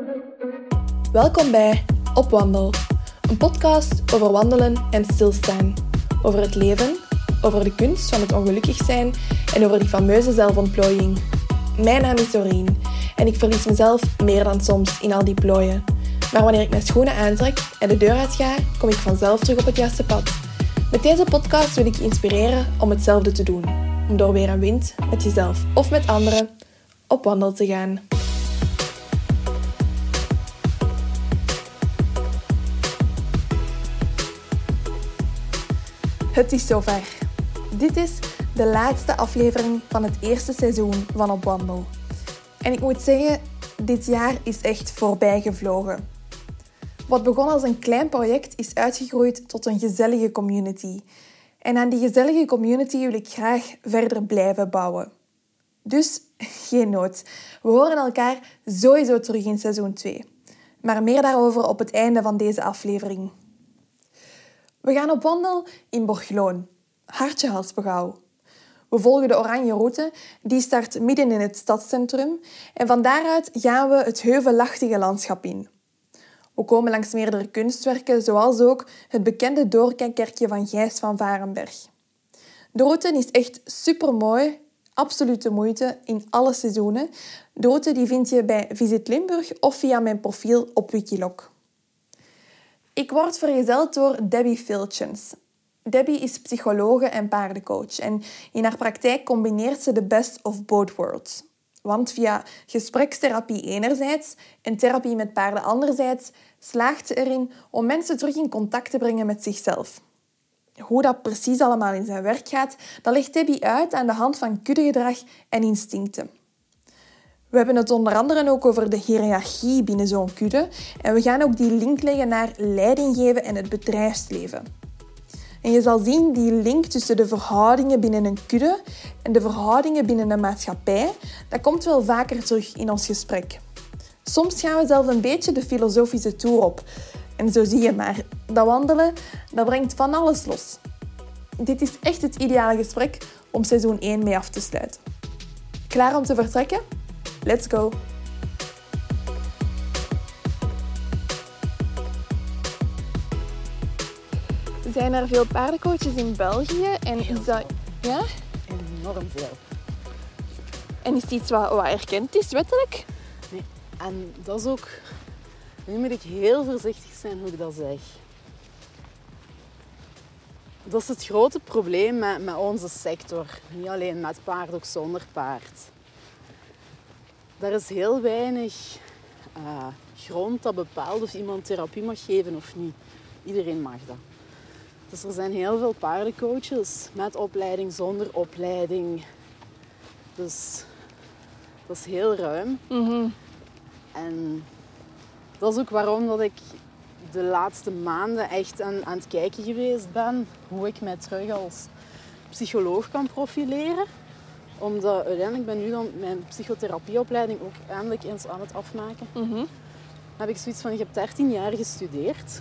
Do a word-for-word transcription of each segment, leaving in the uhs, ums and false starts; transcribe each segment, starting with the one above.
Welkom bij Op Wandel, een podcast over wandelen en stilstaan. Over het leven, over de kunst van het ongelukkig zijn en over die fameuze zelfontplooiing. Mijn naam is Doreen en ik verlies mezelf meer dan soms in al die plooien. Maar wanneer ik mijn schoenen aantrek en de deur uitga, kom ik vanzelf terug op het juiste pad. Met deze podcast wil ik je inspireren om hetzelfde te doen. Om door weer een wind, met jezelf of met anderen, op wandel te gaan. Het is zover. Dit is de laatste aflevering van het eerste seizoen van Op Wandel. En ik moet zeggen, dit jaar is echt voorbij gevlogen. Wat begon als een klein project is uitgegroeid tot een gezellige community. En aan die gezellige community wil ik graag verder blijven bouwen. Dus geen nood. We horen elkaar sowieso terug in seizoen twee. Maar meer daarover op het einde van deze aflevering. We gaan op wandel in Borgloon, Hartje Halsbegouw. We volgen de oranje route, die start midden in het stadscentrum. En van daaruit gaan we het heuvelachtige landschap in. We komen langs meerdere kunstwerken, zoals ook het bekende doorkijkkerkje van Gijs van Varenberg. De route is echt supermooi, absoluut de moeite in alle seizoenen. De route die vind je bij Visit Limburg of via mijn profiel op Wikiloc. Ik word vergezeld door Debbie Filchens. Debbie is psychologe en paardencoach en in haar praktijk combineert ze de best of both worlds. Want via gesprekstherapie enerzijds en therapie met paarden anderzijds slaagt ze erin om mensen terug in contact te brengen met zichzelf. Hoe dat precies allemaal in zijn werk gaat, dat legt Debbie uit aan de hand van kuddegedrag en instincten. We hebben het onder andere ook over de hiërarchie binnen zo'n kudde en we gaan ook die link leggen naar leiding geven en het bedrijfsleven. En je zal zien die link tussen de verhoudingen binnen een kudde en de verhoudingen binnen een maatschappij, dat komt wel vaker terug in ons gesprek. Soms gaan we zelfs een beetje de filosofische toer op. En zo zie je maar, dat wandelen, dat brengt van alles los. Dit is echt het ideale gesprek om seizoen één mee af te sluiten. Klaar om te vertrekken? Let's go! Zijn er veel paardencoaches in België? En is dat... Ja? Enorm veel. En is het iets wat, wat erkend is, wettelijk? Nee. En dat is ook... Nu moet ik heel voorzichtig zijn hoe ik dat zeg. Dat is het grote probleem met, met onze sector. Niet alleen met paard, ook zonder paard. Er is heel weinig uh, grond dat bepaalt of iemand therapie mag geven of niet. Iedereen mag dat. Dus er zijn heel veel paardencoaches met opleiding, zonder opleiding. Dus dat is heel ruim. Mm-hmm. En dat is ook waarom dat ik de laatste maanden echt aan, aan het kijken geweest ben. Hoe ik mij terug als psycholoog kan profileren. Omdat uiteindelijk ben ik nu dan mijn psychotherapieopleiding ook eindelijk eens aan het afmaken. Mm-hmm. Dan heb ik zoiets van, je hebt dertien jaar gestudeerd.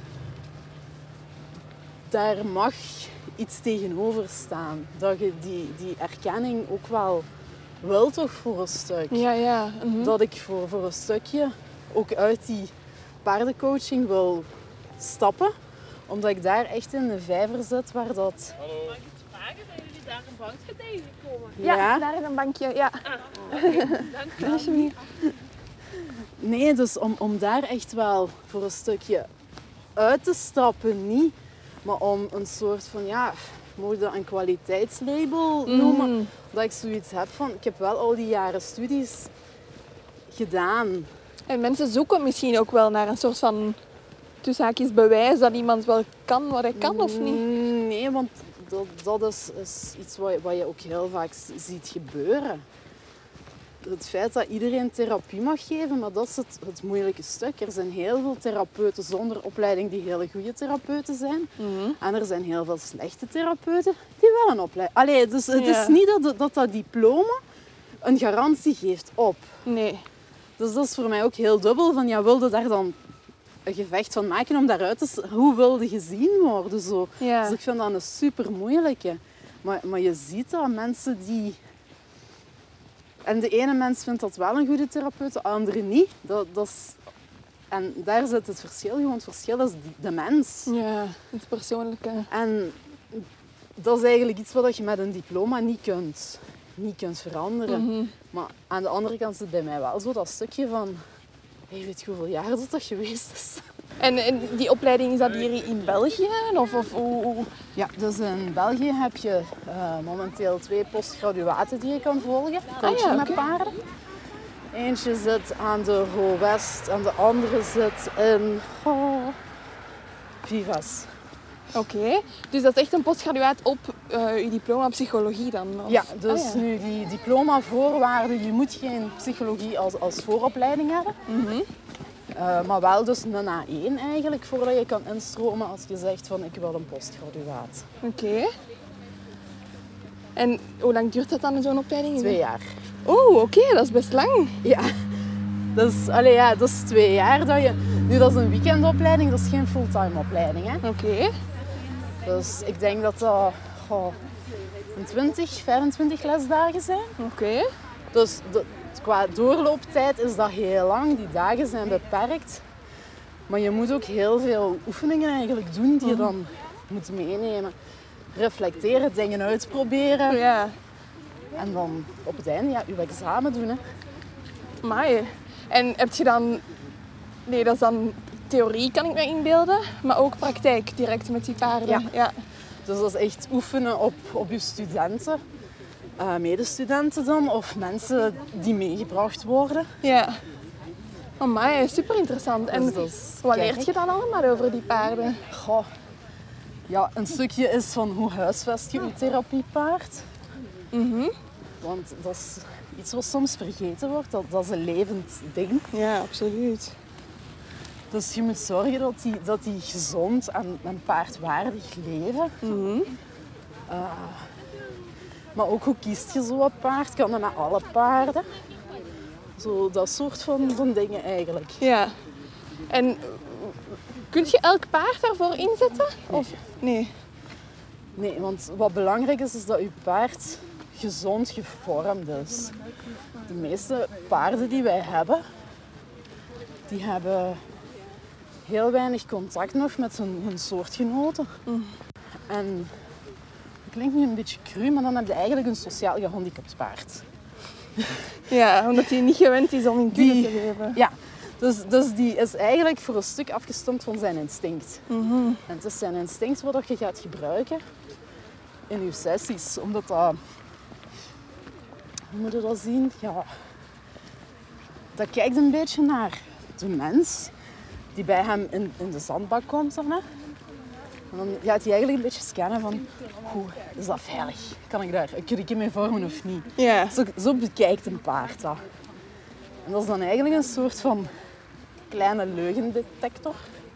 Daar mag iets tegenover staan. Dat je die, die erkenning ook wel wil toch voor een stuk. Ja, ja. Mm-hmm. Dat ik voor, voor een stukje ook uit die paardencoaching wil stappen. Omdat ik daar echt in de vijver zit waar dat... Hallo. Mag ik iets vragen? Zijn jullie daar een bankje tegengekomen? Ja, Ja, daar is een bankje. Ja. Ah, okay. Dank je wel. Alsjeblieft. Nee, dus om, om daar echt wel voor een stukje uit te stappen, niet. Maar om een soort van, ja, mogen we dat een kwaliteitslabel noemen? Mm. Dat ik zoiets heb van, ik heb wel al die jaren studies gedaan. En mensen zoeken misschien ook wel naar een soort van tussen haakjes bewijs dat iemand wel kan wat hij kan, of niet? Nee, want dat, dat is, is iets wat je, wat je ook heel vaak ziet gebeuren. Het feit dat iedereen therapie mag geven, maar dat is het, het moeilijke stuk. Er zijn heel veel therapeuten zonder opleiding die hele goede therapeuten zijn. Mm-hmm. En er zijn heel veel slechte therapeuten die wel een opleiding... Allee, dus het Ja. is niet dat, dat dat diploma een garantie geeft op. Nee. Dus dat is voor mij ook heel dubbel. Van, ja, wilde daar dan een gevecht van maken om daaruit te... Hoe wilde je gezien worden? Zo. Ja. Dus ik vind dat een super moeilijke. Maar, maar je ziet dat mensen die... En de ene mens vindt dat wel een goede therapeut, de andere niet. Dat, dat is En daar zit het verschil. Gewoon het verschil is de mens. Ja, het persoonlijke. En dat is eigenlijk iets wat je met een diploma niet kunt, niet kunt veranderen. Mm-hmm. Maar aan de andere kant zit bij mij wel zo dat stukje van... Hey, weet je hoeveel jaar dat dat geweest is? En, en die opleiding, is dat hier in België? Of, of hoe, hoe- Ja, dus in België heb je uh, momenteel twee postgraduaten die je kan volgen. Coaching ja, met oké. paarden. Eentje zit aan de Ho West en de andere zit in oh, Vivas. Oké, dus dat is echt een postgraduaat op uh, je diploma psychologie dan? Of? Ja, dus Ah, ja. nu die diploma-voorwaarden, je moet geen psychologie als, als vooropleiding hebben. Mhm. Uh, maar wel dus een A één eigenlijk, voordat je kan instromen als je zegt van ik wil een postgraduaat. Oké. En hoe lang duurt dat dan, zo'n opleiding? Twee jaar. Oeh, oké, dat is best lang. Ja, dus, allee, ja, dat is twee jaar. Dat je, nu, dat is een weekendopleiding, dat is geen fulltime opleiding. Hè? Oké. Dus ik denk dat dat goh, een twintig, vijfentwintig lesdagen zijn. Oké. Dus de, qua doorlooptijd is dat heel lang. Die dagen zijn beperkt. Maar je moet ook heel veel oefeningen eigenlijk doen die je dan moet meenemen. Reflecteren, dingen uitproberen. Ja. En dan op het einde ja, je examen doen. Hè. Amai. En heb je dan... Nee, dat is dan theorie, kan ik me inbeelden. Maar ook praktijk, direct met die paarden. Ja. Ja. Dus dat is echt oefenen op, op je studenten. Uh, medestudenten dan. Of mensen die meegebracht worden. Ja. Amai, super interessant. En Dus dat is wat kijk. leert je dan allemaal over die paarden? Goh. Ja, een stukje is van hoe huisvest je je therapiepaard. Mhm. Want dat is iets wat soms vergeten wordt. Dat, dat is een levend ding. Ja, absoluut. Dus je moet zorgen dat die, dat die gezond en, en paardwaardig leven. Mhm. Uh, maar ook hoe kiest je zo'n paard? Kan dat met alle paarden? Zo, dat soort van, van dingen eigenlijk. Ja. En kun je elk paard daarvoor inzetten? Of nee? Nee, want wat belangrijk is, is dat je paard gezond gevormd is. De meeste paarden die wij hebben, die hebben heel weinig contact nog met hun, hun soortgenoten. Mm. En dat klinkt nu een beetje cru, maar dan heb je eigenlijk een sociaal gehandicapt paard. Ja, omdat hij niet gewend is om in kudde Die- te leven. Ja, dus, dus die is eigenlijk voor een stuk afgestompt van zijn instinct. Mhm. En het is zijn instinct wat je gaat gebruiken in je sessies. Omdat dat... Hoe moet je dat zien? Ja... Dat kijkt een beetje naar de mens die bij hem in, in de zandbak komt. Dan, hè. En dan gaat hij eigenlijk een beetje scannen van... Hoe is dat veilig? Kan ik daar een kudde mee vormen of niet? Ja. Zo, zo bekijkt een paard dat. En dat is dan eigenlijk een soort van kleine leugendetector.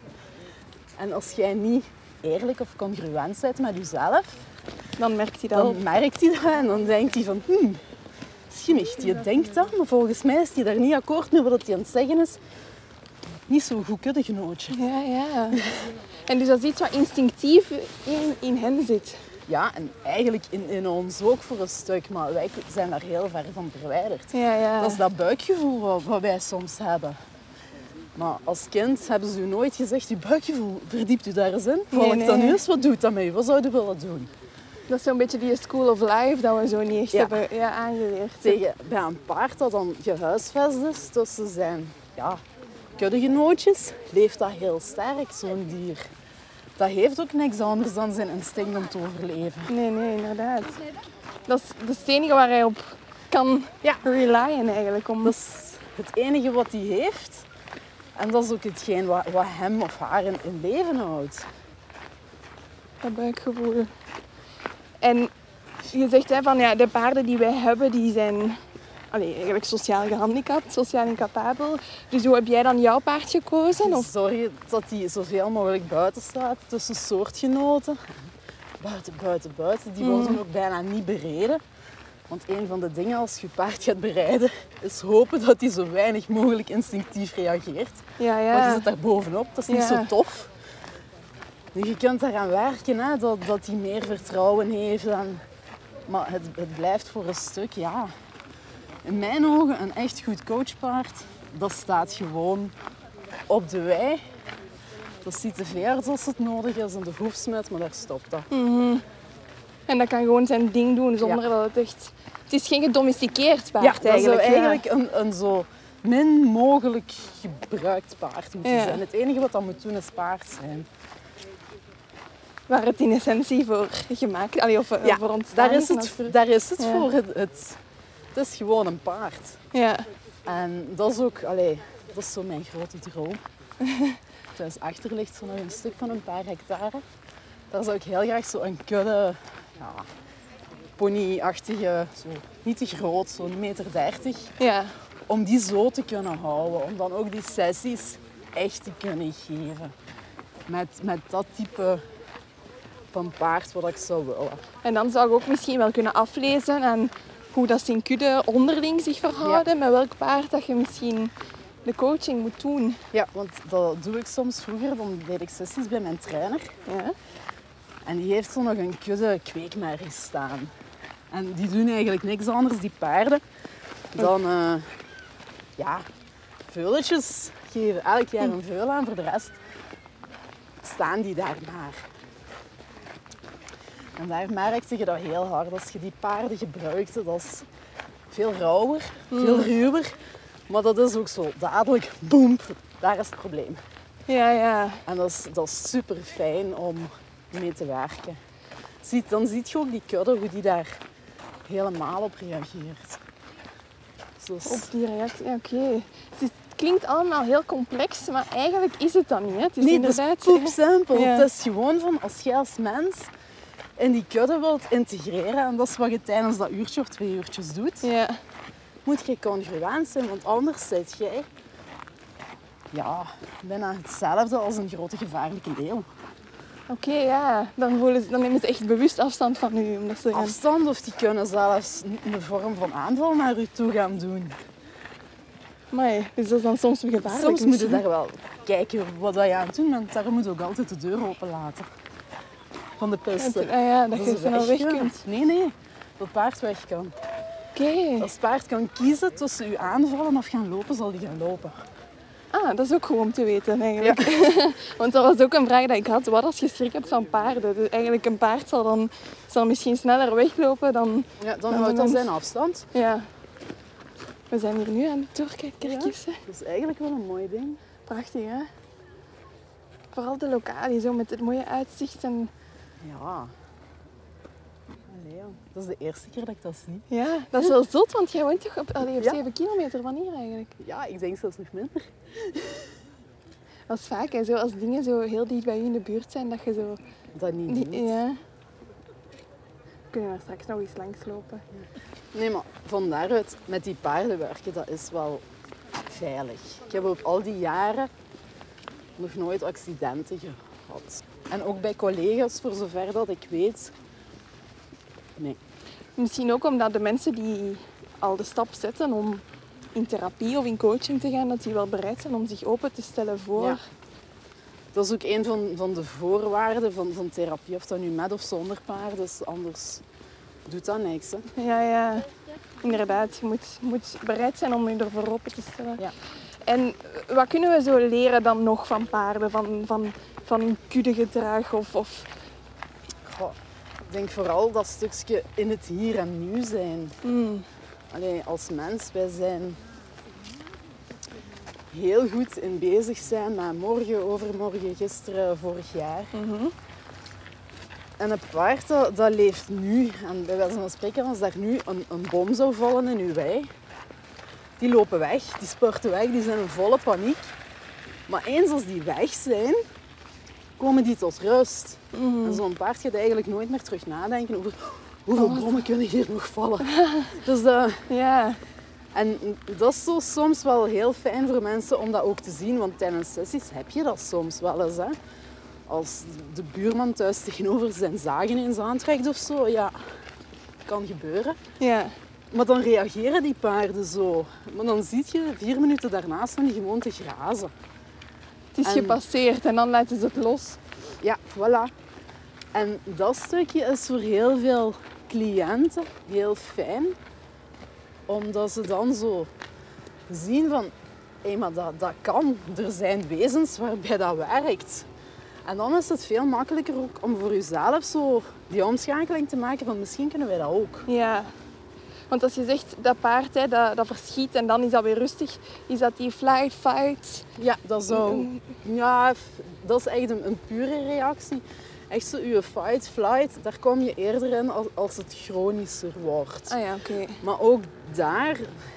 En als jij niet eerlijk of congruent bent met jezelf, Dan merkt hij dat. dan merkt hij dat en dan denkt hij van... Hmm, schimmig, die denkt dat, maar volgens mij is hij daar niet akkoord met wat hij aan het zeggen is. Niet zo'n goed kuddegenootje. Ja, ja. En dus dat is iets wat instinctief in, in hen zit. Ja, en eigenlijk in, in ons ook voor een stuk, maar wij zijn daar heel ver van verwijderd. Ja, ja. Dat is dat buikgevoel wat, wat wij soms hebben. Maar als kind hebben ze u nooit gezegd, je buikgevoel, verdiept u daar eens in. Volg nee. dan nu eens, wat doet dat met u? Wat zou je willen doen? Dat is zo'n beetje die school of life dat we zo niet echt Ja. hebben ja, aangeleerd. Tegen, bij een paard dat dan gehuisvest is tussen zijn ja, kuddegenootjes, leeft dat heel sterk, zo'n dier. Dat heeft ook niks anders dan zijn instinct om te overleven. Nee, nee, inderdaad. Dat is, dat is het enige waar hij op kan Ja. relyen eigenlijk. Om... Dat is het enige wat hij heeft. En dat is ook hetgeen wat, wat hem of haar in, in leven houdt. Dat buikgevoel. En je zegt hè, van ja, de paarden die wij hebben, die zijn allee, eigenlijk sociaal gehandicapt, sociaal incapabel. Dus hoe heb jij dan jouw paard gekozen? Of... Zorg dat hij zoveel mogelijk buiten staat, tussen soortgenoten. Buiten, buiten, buiten. Die worden ook bijna niet bereden. Want een van de dingen als je paard gaat bereiden, is hopen dat hij zo weinig mogelijk instinctief reageert. Ja, Want je ja. zit daar bovenop, dat is niet Ja. zo tof. Dus je kunt daaraan werken, hè, dat, dat hij meer vertrouwen heeft. En... Maar het, het blijft voor een stuk, ja... In mijn ogen, een echt goed coachpaard, dat staat gewoon op de wei, dat ziet te ver als het nodig is en de hoefsmet, maar daar stopt dat. Mm-hmm. En dat kan gewoon zijn ding doen zonder Ja. dat het echt... Het is geen gedomesticeerd paard Ja, dat eigenlijk. zou ja. eigenlijk een, een zo min mogelijk gebruikt paard moeten Ja. zijn. Het enige wat dat moet doen is paard zijn. Waar het in essentie voor gemaakt... Allee, of, Ja, voor ontstaan daar is het, natuurlijk. daar is het Ja. voor. Het, het, het is gewoon een paard. Ja. En dat is ook, allee, dat is zo mijn grote droom. Thuis achter ligt zo nog een stuk van een paar hectare. Daar zou ik heel graag zo een kudde, ja, ponyachtige, zo, niet te groot, zo'n meter dertig, Ja. om die zo te kunnen houden. Om dan ook die sessies echt te kunnen geven. Met, met dat type van paard wat ik zou willen. En dan zou ik ook misschien wel kunnen aflezen aan hoe dat zijn kudde onderling zich verhouden. Met welk paard dat je misschien de coaching moet doen. Ja, want dat doe ik soms vroeger. Dan deed ik sessies bij mijn trainer. Ja. En die heeft zo nog een kudde kweekmerries staan. En die doen eigenlijk niks anders, die paarden, dan uh, ja, veuletjes geven. Elk jaar een veul aan, voor de rest staan die daar maar. En daar merkte je dat heel hard. Als je die paarden gebruikte, dat is veel rauwer, veel ruwer. Maar dat is ook zo dadelijk, boem, daar is het probleem. Ja, ja. En dat is, dat is super fijn om mee te werken. Ziet, dan zie je ook die kudde, hoe die daar helemaal op reageert. Dus, Op die reactie, ja, oké. Het, is- het klinkt allemaal heel complex, maar eigenlijk is het dan niet. Hè? Het is nee, inderdaad... het is poepsimpel. Ja. Het is gewoon van, als jij als mens in die kudde wilt integreren, en dat is wat je tijdens dat uurtje of twee uurtjes doet, Ja. moet je congruent zijn, want anders zit jij ja, bijna hetzelfde als een grote gevaarlijke leeuw. Oké, ja. Dan, voelen ze, dan nemen ze echt bewust afstand van u. Omdat ze gaan... Afstand, of die kunnen zelfs een vorm van aanval naar u toe gaan doen. Amai, dus dat is dan soms gevaarlijk. Soms moet je misschien. daar wel kijken wat je aan het doen bent. Daar moet je ook altijd de deur open laten. Van de piste. Ah ja, dat, je ze snel weg kunnen. kunt. Nee, nee. Dat paard weg kan. Oké. Als het paard kan kiezen tussen u aanvallen of gaan lopen, zal die gaan lopen. Ah, dat is ook goed om te weten eigenlijk. Want dat was ook een vraag die ik had. Wat als je schrik hebt van paarden? Dus eigenlijk een paard zal dan zal misschien sneller weglopen dan... Ja, dan Maar houdt dat mens- zijn afstand. Ja. We zijn hier nu aan het doorkijken, kerkjes. hè. Dat is eigenlijk wel een mooi ding. Prachtig, hè? Vooral de lokale, zo met het mooie uitzicht. En... Ja. Allee, ja. Dat is de eerste keer dat ik dat zie. Ja, dat is wel zot, want jij woont toch op, allee, op Ja. zeven kilometer van hier eigenlijk. Ja, ik denk zelfs nog minder. Dat is vaak, hè, zo, als dingen zo heel dicht bij u in de buurt zijn, dat je zo... Dat niet Die, doet. ja. Kunnen we daar straks nog eens langslopen? Nee, maar van daaruit met die paarden werken, dat is wel veilig. Ik heb ook al die jaren nog nooit accidenten gehad. En ook bij collega's, voor zover dat ik weet, nee. Misschien ook omdat de mensen die al de stap zetten om in therapie of in coaching te gaan, dat die wel bereid zijn om zich open te stellen voor... Ja. Dat is ook een van, van de voorwaarden van, van therapie, of dat nu met of zonder paarden is, anders doet dat niks. Hè. Ja, ja. Inderdaad. Je moet, moet bereid zijn om je ervoor open te stellen. Ja. En wat kunnen we zo leren dan nog van paarden? Van, van, van hun kuddegedrag of... of... Goh, ik denk vooral dat stukje in het hier en nu zijn. Mm. Allee, als mens, wij zijn heel goed in bezig zijn met morgen, overmorgen, gisteren, vorig jaar. Mhm. En een paard, dat, dat leeft nu. En bij wijze van spreken, als daar nu een, een bom zou vallen in uw wei, die lopen weg, die spurten weg, die zijn in volle paniek. Maar eens als die weg zijn, komen die tot rust. Mhm. En zo'n paard gaat eigenlijk nooit meer terug nadenken over hoeveel bommen kunnen hier nog vallen. Dus dat... Ja. En dat is zo soms wel heel fijn voor mensen om dat ook te zien, want tijdens sessies heb je dat soms wel eens. Hè. Als de buurman thuis tegenover zijn zaag ineens aantrekt of zo, ja, kan gebeuren. Ja. Maar dan reageren die paarden zo. Maar dan zie je vier minuten daarna staan die gewoon te grazen. Het is En- gepasseerd en dan laten ze het los. Ja, voilà. En dat stukje is voor heel veel cliënten heel fijn. Omdat ze dan zo zien van... hé, maar dat, dat kan. Er zijn wezens waarbij dat werkt. En dan is het veel makkelijker ook om voor jezelf zo die omschakeling te maken van misschien kunnen wij dat ook. Ja. Want als je zegt dat paard hè, dat, dat verschiet en dan is dat weer rustig, is dat die flight, fight? Ja, dat zou... Ja, dat is echt een, een pure reactie. Echt zo, je fight, flight, daar kom je eerder in als, als het chronischer wordt. Ah ja, oké. Okay. Maar ook daar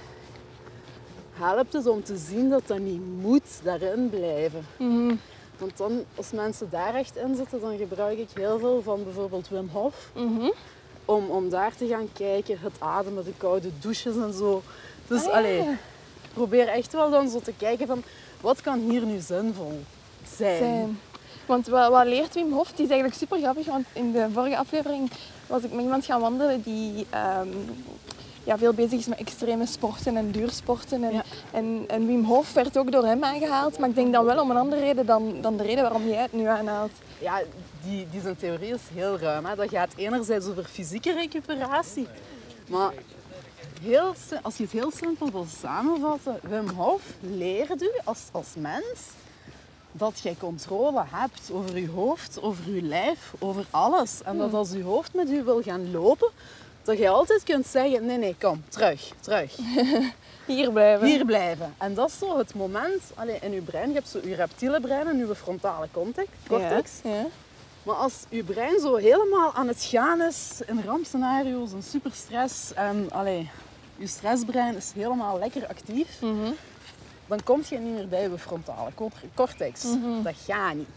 helpt het om te zien dat dat niet moet daarin blijven. Mm-hmm. Want dan, als mensen daar echt in zitten, dan gebruik ik heel veel van bijvoorbeeld Wim Hof. Mm-hmm. Om, om daar te gaan kijken, het ademen, de koude douches en zo. Dus ah, ja. allee, probeer echt wel dan zo te kijken van, wat kan hier nu zinvol zijn? zijn. Want wat, wat leert Wim Hof? Die is eigenlijk super grappig, want in de vorige aflevering was ik met iemand gaan wandelen die um, ja, veel bezig is met extreme sporten en duursporten. En, Ja. en, en Wim Hof werd ook door hem aangehaald, maar ik denk dan wel om een andere reden dan, dan de reden waarom jij het nu aanhaalt. Ja, die, die zijn theorie is heel ruim. Hè. Dat gaat enerzijds over fysieke recuperatie. Maar heel, als je het heel simpel wil samenvatten, Wim Hof leert u als, als mens dat jij controle hebt over je hoofd, over je lijf, over alles. En dat als je hoofd met u wil gaan lopen, dat je altijd kunt zeggen, nee, nee, kom, terug, terug. Hier blijven. Hier blijven. En dat is zo het moment, allee, in je brein, je hebt zo je reptiele brein en je frontale cortex. cortex. Ja, ja. Maar als je brein zo helemaal aan het gaan is, in rampscenario's, in superstress, en allee, je stressbrein is helemaal lekker actief, Mm-hmm. dan kom je niet meer bij je frontale cortex. Mm-hmm. Dat gaat niet.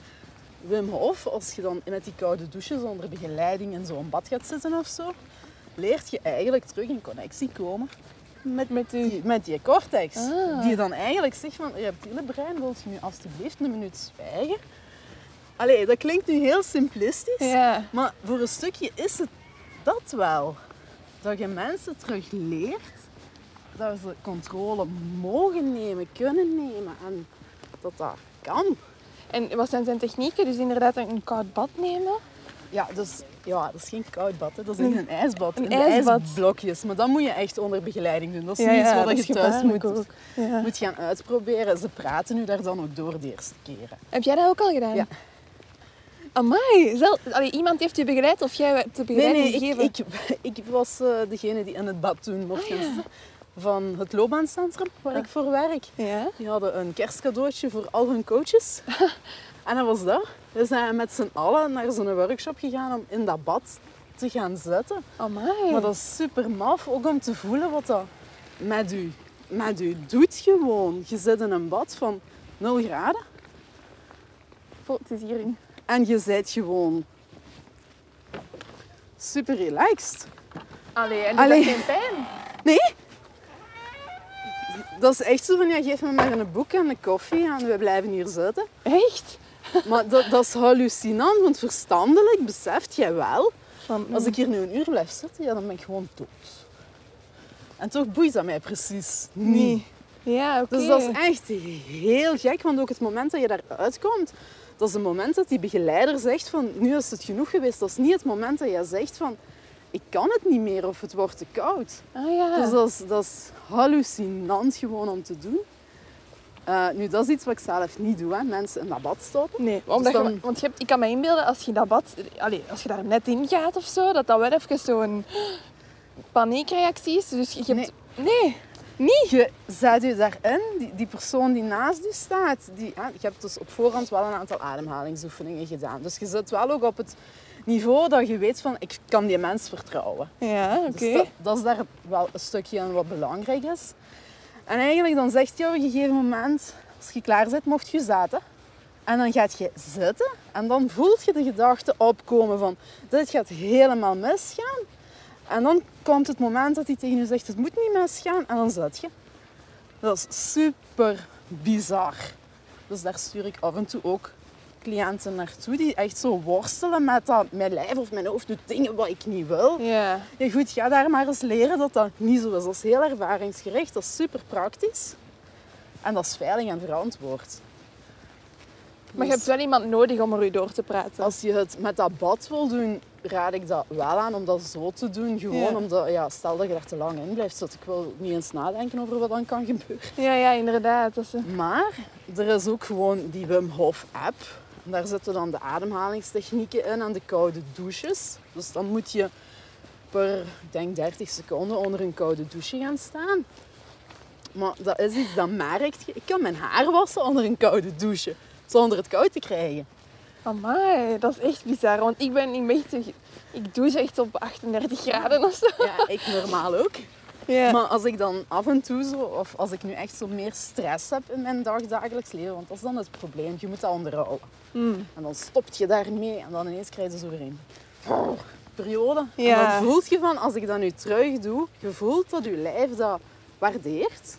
Wim Hof, als je dan met die koude douches onder begeleiding in zo'n bad gaat zitten of zo, leert je eigenlijk terug in connectie komen met, Met die... die, met die cortex. Ah. Die dan eigenlijk zegt van, je reptiele brein, wilt je nu alstublieft een minuut zwijgen? Allee, dat klinkt nu heel simplistisch, Ja. maar voor een stukje is het dat wel. Dat je mensen terug leert dat ze controle mogen nemen, kunnen nemen en dat dat kan. En wat zijn zijn technieken? Dus inderdaad een koud bad nemen. Ja, dus, ja, dat is geen koud bad, hè. Dat is echt een ijsbad. Een in de ijsbad. ijsblokjes. Maar dat moet je echt onder begeleiding doen. Dat is Ja, niet iets ja, wat dat je is thuis moet, gevaarlijk ook. Ja. moet gaan uitproberen. Ze praten nu daar dan ook door de eerste keren. Heb jij dat ook al gedaan? Ja. Amai, zelf, allee, iemand heeft je begeleid of jij hebt de Nee, begeleiding nee, gegeven? ik, ik, ik was uh, degene die in het bad toen mocht Ah, gaan ja. zitten. Van het loopbaancentrum waar ik voor werk. Ja. Die hadden een kerstcadeautje voor al hun coaches. En dat was dat. We zijn met z'n allen naar zo'n workshop gegaan om in dat bad te gaan zitten. Amai. Maar dat is super maf, ook om te voelen wat dat met u, met u doet gewoon. Je zit in een bad van nul graden Oh, het is hierin. en je bent gewoon super relaxed. Allee, en Allee. dat geen pijn? Nee? Dat is echt zo van, ja, geef me maar een boek en een koffie en we blijven hier zitten. Echt? Maar dat, dat is hallucinant, want verstandelijk beseft jij wel, Van, als ik hier nu een uur blijf zitten, ja, dan ben ik gewoon dood. En toch boeit dat mij precies niet. Ja, oké. Dus dat is echt heel gek, want ook het moment dat je daaruit komt, dat is het moment dat die begeleider zegt van, nu is het genoeg geweest. Dat is niet het moment dat je zegt van, ik kan het niet meer of het wordt te koud. Ah ja. Dus dat is, dat is hallucinant gewoon om te doen. Uh, nu, dat is iets wat ik zelf niet doe, hè. Mensen in dat bad stoppen. Nee, omdat dan- je, want je hebt, ik kan me inbeelden als je dat bad, allee, als je daar net in gaat of zo, dat dat wel even zo'n paniekreactie is. Dus je hebt... Nee. Niet? Je zet je daarin, die, die persoon die naast je staat, die, hè, je hebt dus op voorhand wel een aantal ademhalingsoefeningen gedaan. Dus je zit wel ook op het niveau dat je weet van, ik kan die mens vertrouwen. Ja, oké. Dus dat, dat is daar wel een stukje in wat belangrijk is. En eigenlijk dan zegt je op een gegeven moment, als je klaar bent, mocht je zitten. En dan gaat je zitten en dan voelt je de gedachte opkomen van, dit gaat helemaal misgaan. En dan komt het moment dat hij tegen je zegt, het moet niet misgaan. En dan zit je. Dat is super bizar. Dus daar stuur ik af en toe ook cliënten naartoe die echt zo worstelen met dat mijn lijf of mijn hoofd doet dingen wat ik niet wil. Ja. Ja, goed, ga daar maar eens leren dat dat niet zo is. Dat is heel ervaringsgericht, dat is super praktisch. En dat is veilig en verantwoord. Maar je hebt wel iemand nodig om er u door te praten. Als je het met dat bad wil doen, raad ik dat wel aan om dat zo te doen. Gewoon Ja. omdat, ja, stel dat je daar te lang in blijft zitten. Ik wil niet eens nadenken over wat dan kan gebeuren. Ja, ja, inderdaad. Dat is, Maar er is ook gewoon die Wim Hof app. En daar zitten dan de ademhalingstechnieken in en de koude douches. Dus dan moet je per, ik denk dertig seconden onder een koude douche gaan staan. Maar dat is iets dat merkt je. Ik kan mijn haar wassen onder een koude douche. Zonder het koud te krijgen. amai, dat is echt bizar. Want ik ben, ik ben echt, ik douche echt op achtendertig graden of zo. Ja, ik normaal ook. Ja. Maar als ik dan af en toe zo, of als ik nu echt zo meer stress heb in mijn dagdagelijks leven, want dat is dan het probleem, je moet dat onderhouden. Mm. En dan stopt je daarmee en dan ineens krijg je zo weer een periode. Ja. En dan voelt je van, als ik dat nu terug doe, je voelt dat je lijf dat waardeert.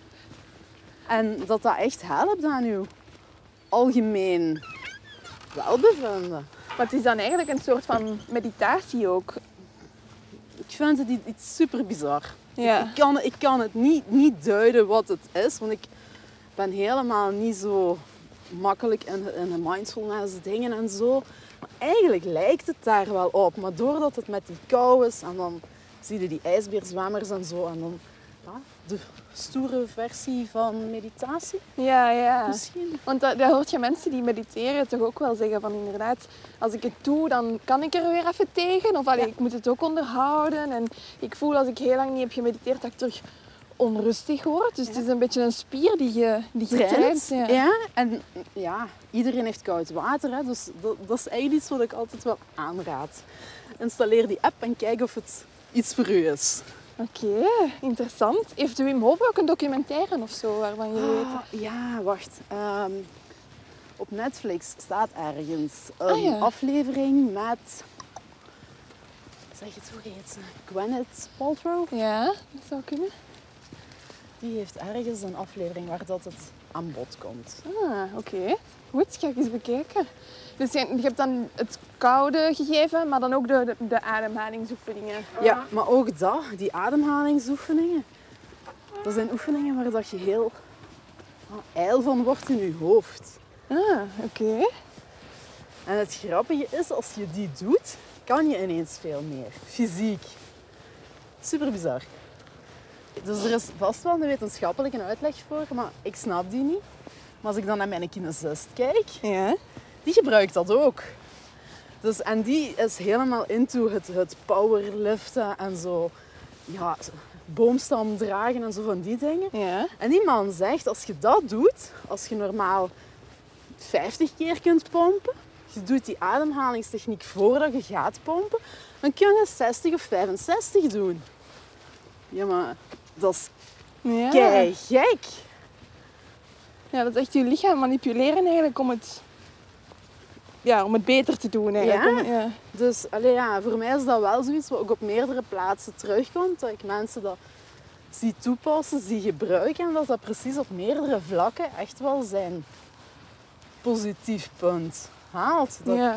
En dat dat echt helpt aan je algemeen welbevinden. Maar het is dan eigenlijk een soort van meditatie ook. Ik vind het iets- iets super bizar. Ja. Ik kan, ik kan het niet, niet duiden wat het is, want ik ben helemaal niet zo makkelijk in, in de mindfulness dingen en zo. Maar eigenlijk lijkt het daar wel op. Maar doordat het met die kou is en dan zie je die ijsbeerzwemmers en zo en dan ja, de stoere versie van meditatie Ja, ja. misschien. Want dat, dat hoort je mensen die mediteren toch ook wel zeggen van inderdaad, als ik het doe, dan kan ik er weer even tegen. Of allee, Ja. ik moet het ook onderhouden. En ik voel als ik heel lang niet heb gemediteerd, dat ik terug onrustig word. Dus Ja. het is een beetje een spier die je, die je traint. Ja. Ja, en ja, iedereen heeft koud water. Hè, dus dat, dat is eigenlijk iets wat ik altijd wel aanraad. Installeer die app en kijk of het iets voor u is. Oké, interessant. Heeft Wim Hof ook een documentaire of zo waarvan je weet? Ah, ja, wacht. Ehm, op Netflix staat ergens een Ah, ja. aflevering met... Zeg het, hoe heet ze? Gwyneth Paltrow. Ja, dat zou kunnen. Die heeft ergens een aflevering waar dat het aan bod komt. Ah, oké. Goed, ga ik eens bekijken. Dus je, je hebt dan het koude gegeven, maar dan ook de, de, de ademhalingsoefeningen. Ja, maar ook dat, die ademhalingsoefeningen, dat zijn oefeningen waar dat je heel ah, ijl van wordt in je hoofd. Ah, oké. En het grappige is, als je die doet, kan je ineens veel meer. Fysiek. Super bizar. Dus er is vast wel een wetenschappelijke uitleg voor, maar ik snap die niet. Maar als ik dan naar mijn kinesist kijk, Ja. die gebruikt dat ook. Dus, en die is helemaal into het, het powerliften en zo, ja, boomstam dragen en zo van die dingen. Ja. En die man zegt, als je dat doet, als je normaal vijftig keer kunt pompen, je doet die ademhalingstechniek voordat je gaat pompen, dan kun je zestig of vijfenzestig doen. Ja, maar dat is Ja. kei gek. Ja, dat is echt je lichaam manipuleren eigenlijk om het, ja, om het beter te doen eigenlijk. Ja. Om- ja. Dus allee, ja, voor mij is dat wel zoiets wat ook op meerdere plaatsen terugkomt. Dat ik mensen dat zie toepassen, zie gebruiken. En dat dat precies op meerdere vlakken echt wel zijn positief punt haalt. Dat, Ja.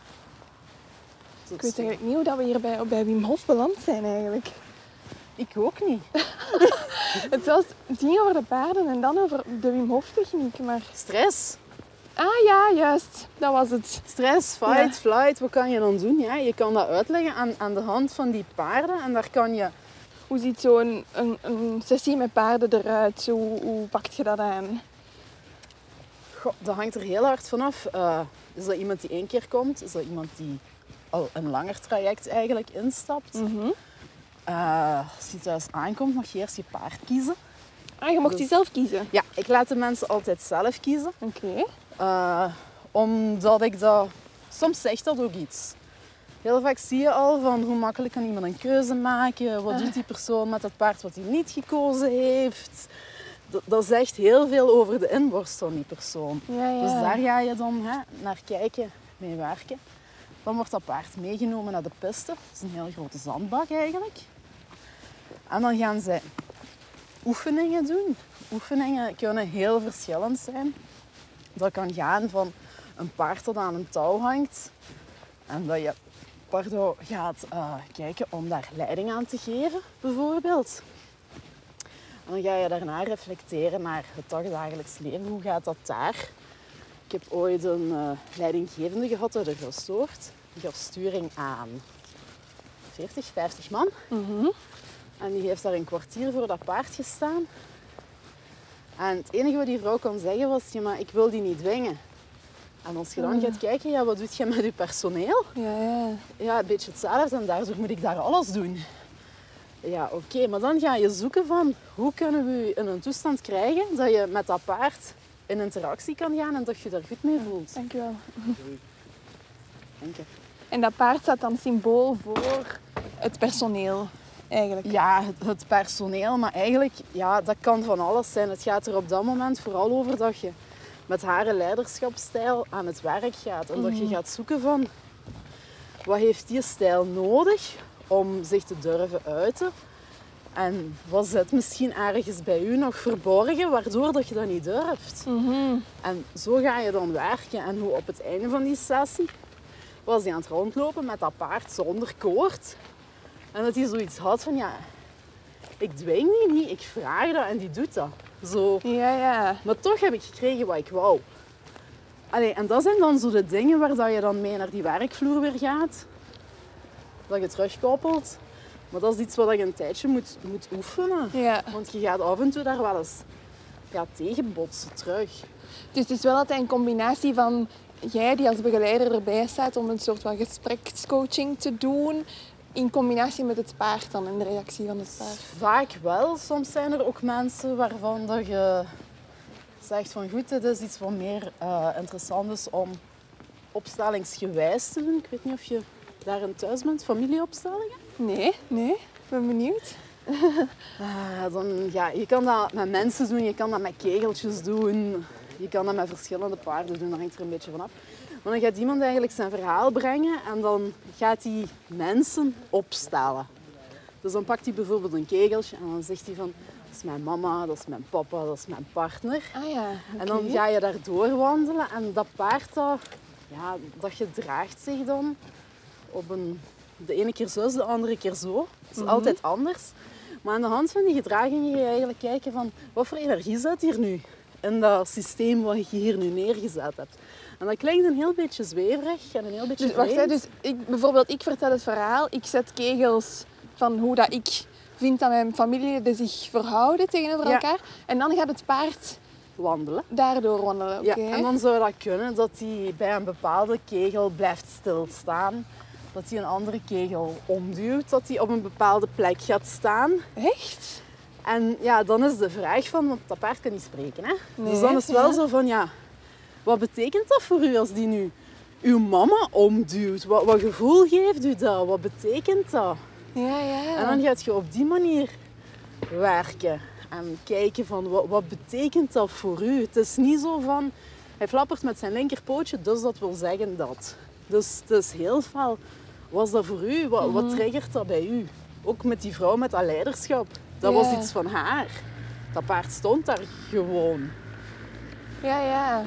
dat Ik weet is- eigenlijk niet hoe dat we hier bij, bij Wim Hof beland zijn eigenlijk. ik ook niet. Het, was, het ging over de paarden en dan over de Wim Hof techniek. Maar... Stress. Ah ja, juist. Dat was het. Stress, fight, flight, wat kan je dan doen? Ja, je kan dat uitleggen aan, aan de hand van die paarden. En daar kan je... Hoe ziet zo'n een, een sessie met paarden eruit? Zo, hoe, hoe pakt je dat aan? Goh, dat hangt er heel hard vanaf. Uh, is dat iemand die één keer komt? Is dat iemand die al een langer traject eigenlijk instapt? Mhm. Uh, als je thuis aankomt, mag je eerst je paard kiezen. Ah, je mocht Dus- die zelf kiezen? Ja, ik laat de mensen altijd zelf kiezen. Oké. Uh, omdat ik dat... Soms zegt dat ook iets. Heel vaak zie je al van hoe makkelijk kan iemand een keuze maken. Wat doet die persoon met het paard wat hij niet gekozen heeft. Dat, dat zegt heel veel over de inborst van die persoon. Ja, ja. Dus daar ga je dan hè, naar kijken, mee werken. Dan wordt dat paard meegenomen naar de piste. Dat is een hele grote zandbak eigenlijk. En dan gaan zij oefeningen doen. Oefeningen kunnen heel verschillend zijn. Dat kan gaan van een paard dat aan een touw hangt. En dat je pardon, gaat uh, kijken om daar leiding aan te geven, bijvoorbeeld. En dan ga je daarna reflecteren naar het dagdagelijks leven. Hoe gaat dat daar? Ik heb ooit een uh, leidinggevende gehad uit een soort. Die gaf sturing aan. veertig, vijftig man. Mhm. En die heeft daar een kwartier voor dat paard gestaan. En het enige wat die vrouw kon zeggen was, ja, maar ik wil die niet dwingen. En als je dan Ah. gaat kijken, ja, wat doe je met je personeel? Ja, ja. Ja, een beetje hetzelfde en daardoor moet ik daar alles doen. Ja, oké, okay, maar dan ga je zoeken van hoe kunnen we je in een toestand krijgen dat je met dat paard in interactie kan gaan en dat je daar goed mee voelt. Dankjewel. Dank je. En dat paard staat dan symbool voor het personeel, eigenlijk. Ja, het, het personeel, maar eigenlijk, ja, dat kan van alles zijn. Het gaat er op dat moment vooral over dat je met haar leiderschapsstijl aan het werk gaat. En dat je gaat zoeken van, wat heeft die stijl nodig om zich te durven uiten? En wat zit misschien ergens bij u nog verborgen, waardoor dat je dat niet durft? Mhm. En zo ga je dan werken. En hoe op het einde van die sessie was hij aan het rondlopen met dat paard zonder koord. En dat hij zoiets had van, ja, ik dwing die niet, ik vraag dat en die doet dat. Zo. Ja, ja. Maar toch heb ik gekregen wat ik wou. Allee, en dat zijn dan zo de dingen waar dat je dan mee naar die werkvloer weer gaat. Dat je terugkoppelt. Maar dat is iets wat je een tijdje moet, moet oefenen. Ja. Want je gaat af en toe daar wel eens ja, tegenbotsen terug. Dus het is wel altijd een combinatie van jij die als begeleider erbij staat om een soort van gesprekscoaching te doen, in combinatie met het paard dan en de reactie van het paard. Vaak wel. Soms zijn er ook mensen waarvan dat je zegt van goed, dit is iets wat meer uh, interessant is om opstellingsgewijs te doen. Ik weet niet of je daarin thuis bent, familieopstellingen. Nee, nee. Ik ben benieuwd. Uh, dan, ja, je kan dat met mensen doen, je kan dat met kegeltjes doen. Je kan dat met verschillende paarden doen, dat hangt er een beetje vanaf. Maar dan gaat iemand eigenlijk zijn verhaal brengen en dan gaat hij mensen opstellen. Dus dan pakt hij bijvoorbeeld een kegeltje en dan zegt hij van dat is mijn mama, dat is mijn papa, dat is mijn partner. Ah ja, okay. En dan ga je daar doorwandelen en dat paard dat, ja, dat gedraagt zich dan op een, de ene keer zo, de andere keer zo. Dat is Mm-hmm. altijd anders. Maar aan de hand van die gedragingen ga je eigenlijk kijken van wat voor energie zit hier nu in dat systeem wat je hier nu neergezet hebt. En dat klinkt een heel beetje zweverig en een heel beetje Dus wacht, hè, vreemd. dus ik, bijvoorbeeld ik vertel het verhaal, ik zet kegels van hoe dat ik vind dat mijn familieleden zich verhouden tegenover Ja. elkaar. En dan gaat het paard Wandelen. daardoor wandelen. Oké. Ja, en dan zou dat kunnen dat hij bij een bepaalde kegel blijft stilstaan. Dat hij een andere kegel omduwt, dat hij op een bepaalde plek gaat staan. Echt? En ja, dan is de vraag van, want dat paard kan niet spreken, hè? Nee, Dus dan is het wel ja. zo van, ja, wat betekent dat voor u als die nu uw mama omduwt? Wat, wat gevoel geeft u dat? Wat betekent dat? Ja, ja. En dan gaat je op die manier werken en kijken van, wat, wat betekent dat voor u? Het is niet zo van, hij flappert met zijn linkerpootje, dus dat wil zeggen dat. Dus het is heel veel, wat is dat voor u? Wat, Mhm. wat triggert dat bij u? Ook met die vrouw met dat leiderschap. Dat Ja. was iets van haar. Dat paard stond daar gewoon. Ja, ja.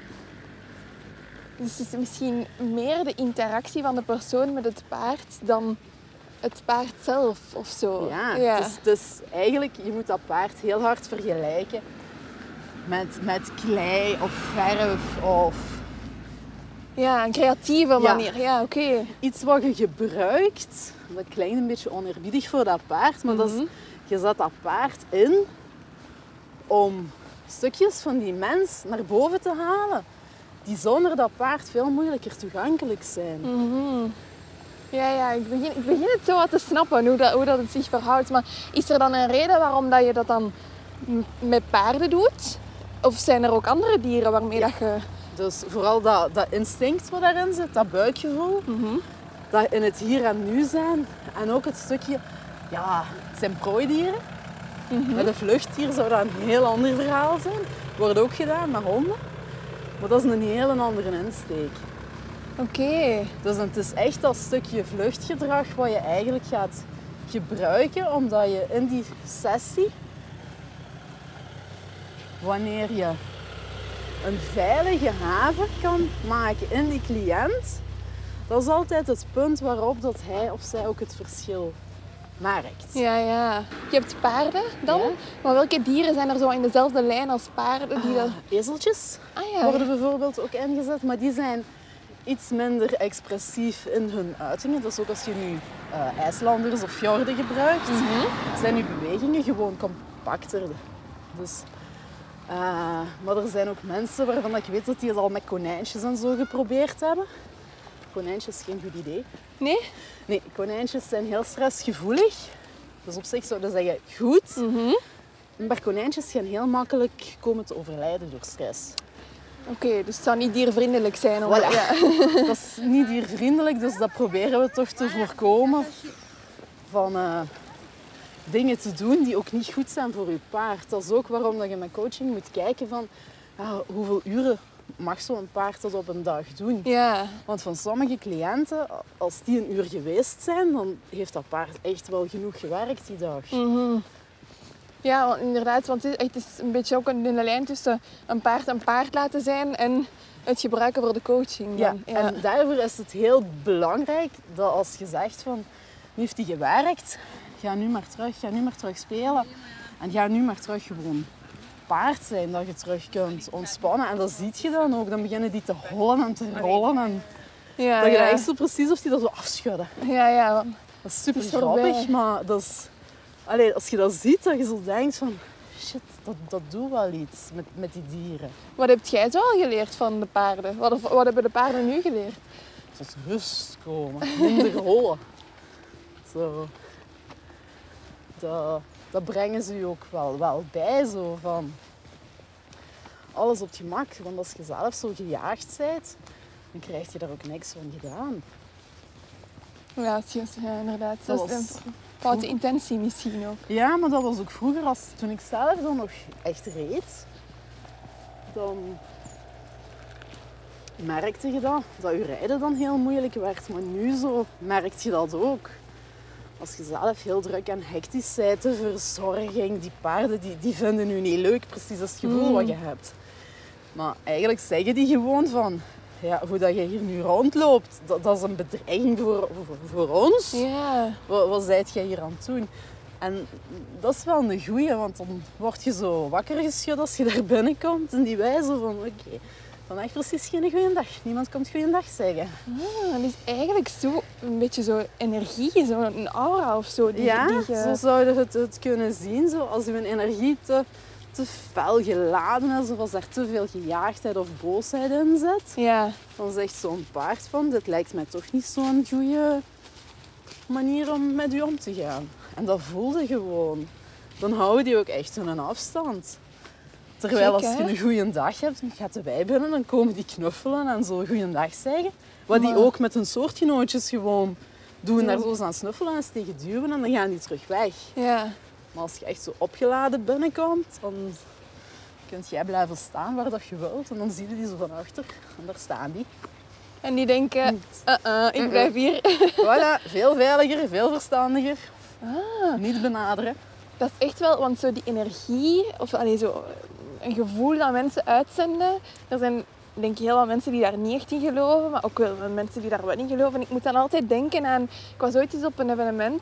Dus het is misschien meer de interactie van de persoon met het paard dan het paard zelf of zo. Ja, ja. Dus, dus eigenlijk, je moet dat paard heel hard vergelijken met, met klei of verf of Ja, een creatieve manier. Ja, oké. iets wat je gebruikt. Dat klinkt een beetje oneerbiedig voor dat paard, maar dat is, Mhm. je zet dat paard in om stukjes van die mens naar boven te halen, die zonder dat paard veel moeilijker toegankelijk zijn. Mhm. Ja, ja, ik begin, ik begin het zo wat te snappen, hoe dat, hoe dat het zich verhoudt. Maar is er dan een reden waarom dat je dat dan m- met paarden doet? Of zijn er ook andere dieren waarmee dat je... Dus vooral dat, dat instinct wat daarin zit, dat buikgevoel, Mhm. dat in het hier en nu zijn. En ook het stukje, ja, het zijn prooidieren. Mhm. Met een vluchtdier zou dat een heel ander verhaal zijn. Wordt ook gedaan met honden. Maar dat is een heel andere insteek. Oké. Dus het is echt dat stukje vluchtgedrag wat je eigenlijk gaat gebruiken, omdat je in die sessie, wanneer je een veilige haven kan maken in die cliënt, dat is altijd het punt waarop dat hij of zij ook het verschil merkt. Ja, ja. Je hebt paarden dan. Ja. Maar welke dieren zijn er zo in dezelfde lijn als paarden? Die dat... Ezeltjes Ah ja. worden bijvoorbeeld ook ingezet, maar die zijn iets minder expressief in hun uitingen. Dat is ook als je nu uh, ijslanders of fjorden gebruikt, mm-hmm. zijn je bewegingen gewoon compacter. Dus, uh, maar er zijn ook mensen waarvan ik weet dat die het al met konijntjes en zo geprobeerd hebben. Konijntjes, geen goed idee. Nee? Nee, konijntjes zijn heel stressgevoelig. Dus op zich zouden zeggen goed. Mm-hmm. Maar konijntjes gaan heel makkelijk komen te overlijden door stress. Oké, okay, dus het zou niet diervriendelijk zijn. Om... Voilà. Ja. Dat is niet diervriendelijk, dus dat proberen we toch te voorkomen. Van uh, dingen te doen die ook niet goed zijn voor je paard. Dat is ook waarom dat je met coaching moet kijken van ja, hoeveel uren mag zo'n paard dat op een dag doen. Ja. Want van sommige cliënten, als die een uur geweest zijn, dan heeft dat paard echt wel genoeg gewerkt die dag. Mm-hmm. Ja, want inderdaad, want het is een beetje ook een dunne lijn tussen een paard een paard laten zijn en het gebruiken voor de coaching. Ja, dan. Ja. En daarvoor is het heel belangrijk dat als je zegt van, nu heeft hij gewerkt, ga nu maar terug, ga nu maar terug spelen en ga nu maar terug gewoon paard zijn, dat je terug kunt ontspannen. En dat zie je dan ook, dan beginnen die te hollen en te rollen en Ja, dat je ja. echt zo precies of die dat zo afschudden. Ja, ja. Want Dat is super is grappig, voorbij. maar dat is... Allee, als je dat ziet, dat je zo denkt van... Shit, dat, dat doet wel iets met, met die dieren. wat heb jij zo al geleerd van de paarden? Wat, wat hebben de paarden nu geleerd? Tot rust komen, minder rollen. Zo. Dat, dat brengen ze je ook wel, wel bij, zo van... Alles op het gemak, want als je zelf zo gejaagd bent, dan krijg je daar ook niks van gedaan. Ja, serieus, ja inderdaad. Dat, Dat is was- een foute intentie misschien ook. Ja, maar dat was ook vroeger, als, toen ik zelf dan nog echt reed, dan merkte je dat, dat je rijden dan heel moeilijk werd. Maar nu zo merk je dat ook. Als je zelf heel druk en hectisch bent, de verzorging, die paarden, die, die vinden nu niet leuk, precies dat gevoel Mm. wat je hebt. Maar eigenlijk zeggen die gewoon van, ja, hoe dat je hier nu rondloopt, dat, dat is een bedreiging voor, voor, voor ons. Ja. Wat, wat zijt jij hier aan het doen? En dat is wel een goeie, want dan word je zo wakker geschud als je daar binnenkomt. En die wijze van, oké, okay, vandaag precies geen goeiedag. Niemand komt goeiedag zeggen. Ah, dat is eigenlijk zo een beetje zo energie, zo een aura of zo. Die, Ja, die je... zo zou je het, het kunnen zien. Zo, als je energie te, te fel geladen is, of als er te veel gejaagdheid of boosheid in zit, Ja. dan zegt zo'n paard van, dit lijkt mij toch niet zo'n goede manier om met u om te gaan. En dat voelde gewoon. Dan houden die ook echt hun afstand. Terwijl Gek, als je hè? een goede dag hebt, dan gaat de wij binnen, dan komen die knuffelen en zo goeiedag zeggen. Wat die Maar- ook met hun soortgenootjes gewoon doen, daar zo aan snuffelen en eens tegen duwen en dan gaan die terug weg. Ja. Maar als je echt zo opgeladen binnenkomt, dan kun jij blijven staan waar dat je wilt. En dan zie je die zo van achter en daar staan die. En die denken, uh-uh, ik blijf hier. Voilà, veel veiliger, veel verstandiger. Ah, Niet benaderen. dat is echt wel, want zo die energie, of allee, zo een gevoel dat mensen uitzenden. Er zijn denk ik heel veel mensen die daar niet echt in geloven, maar ook wel mensen die daar wel in geloven. En ik moet dan altijd denken aan, ik was ooit eens op een evenement.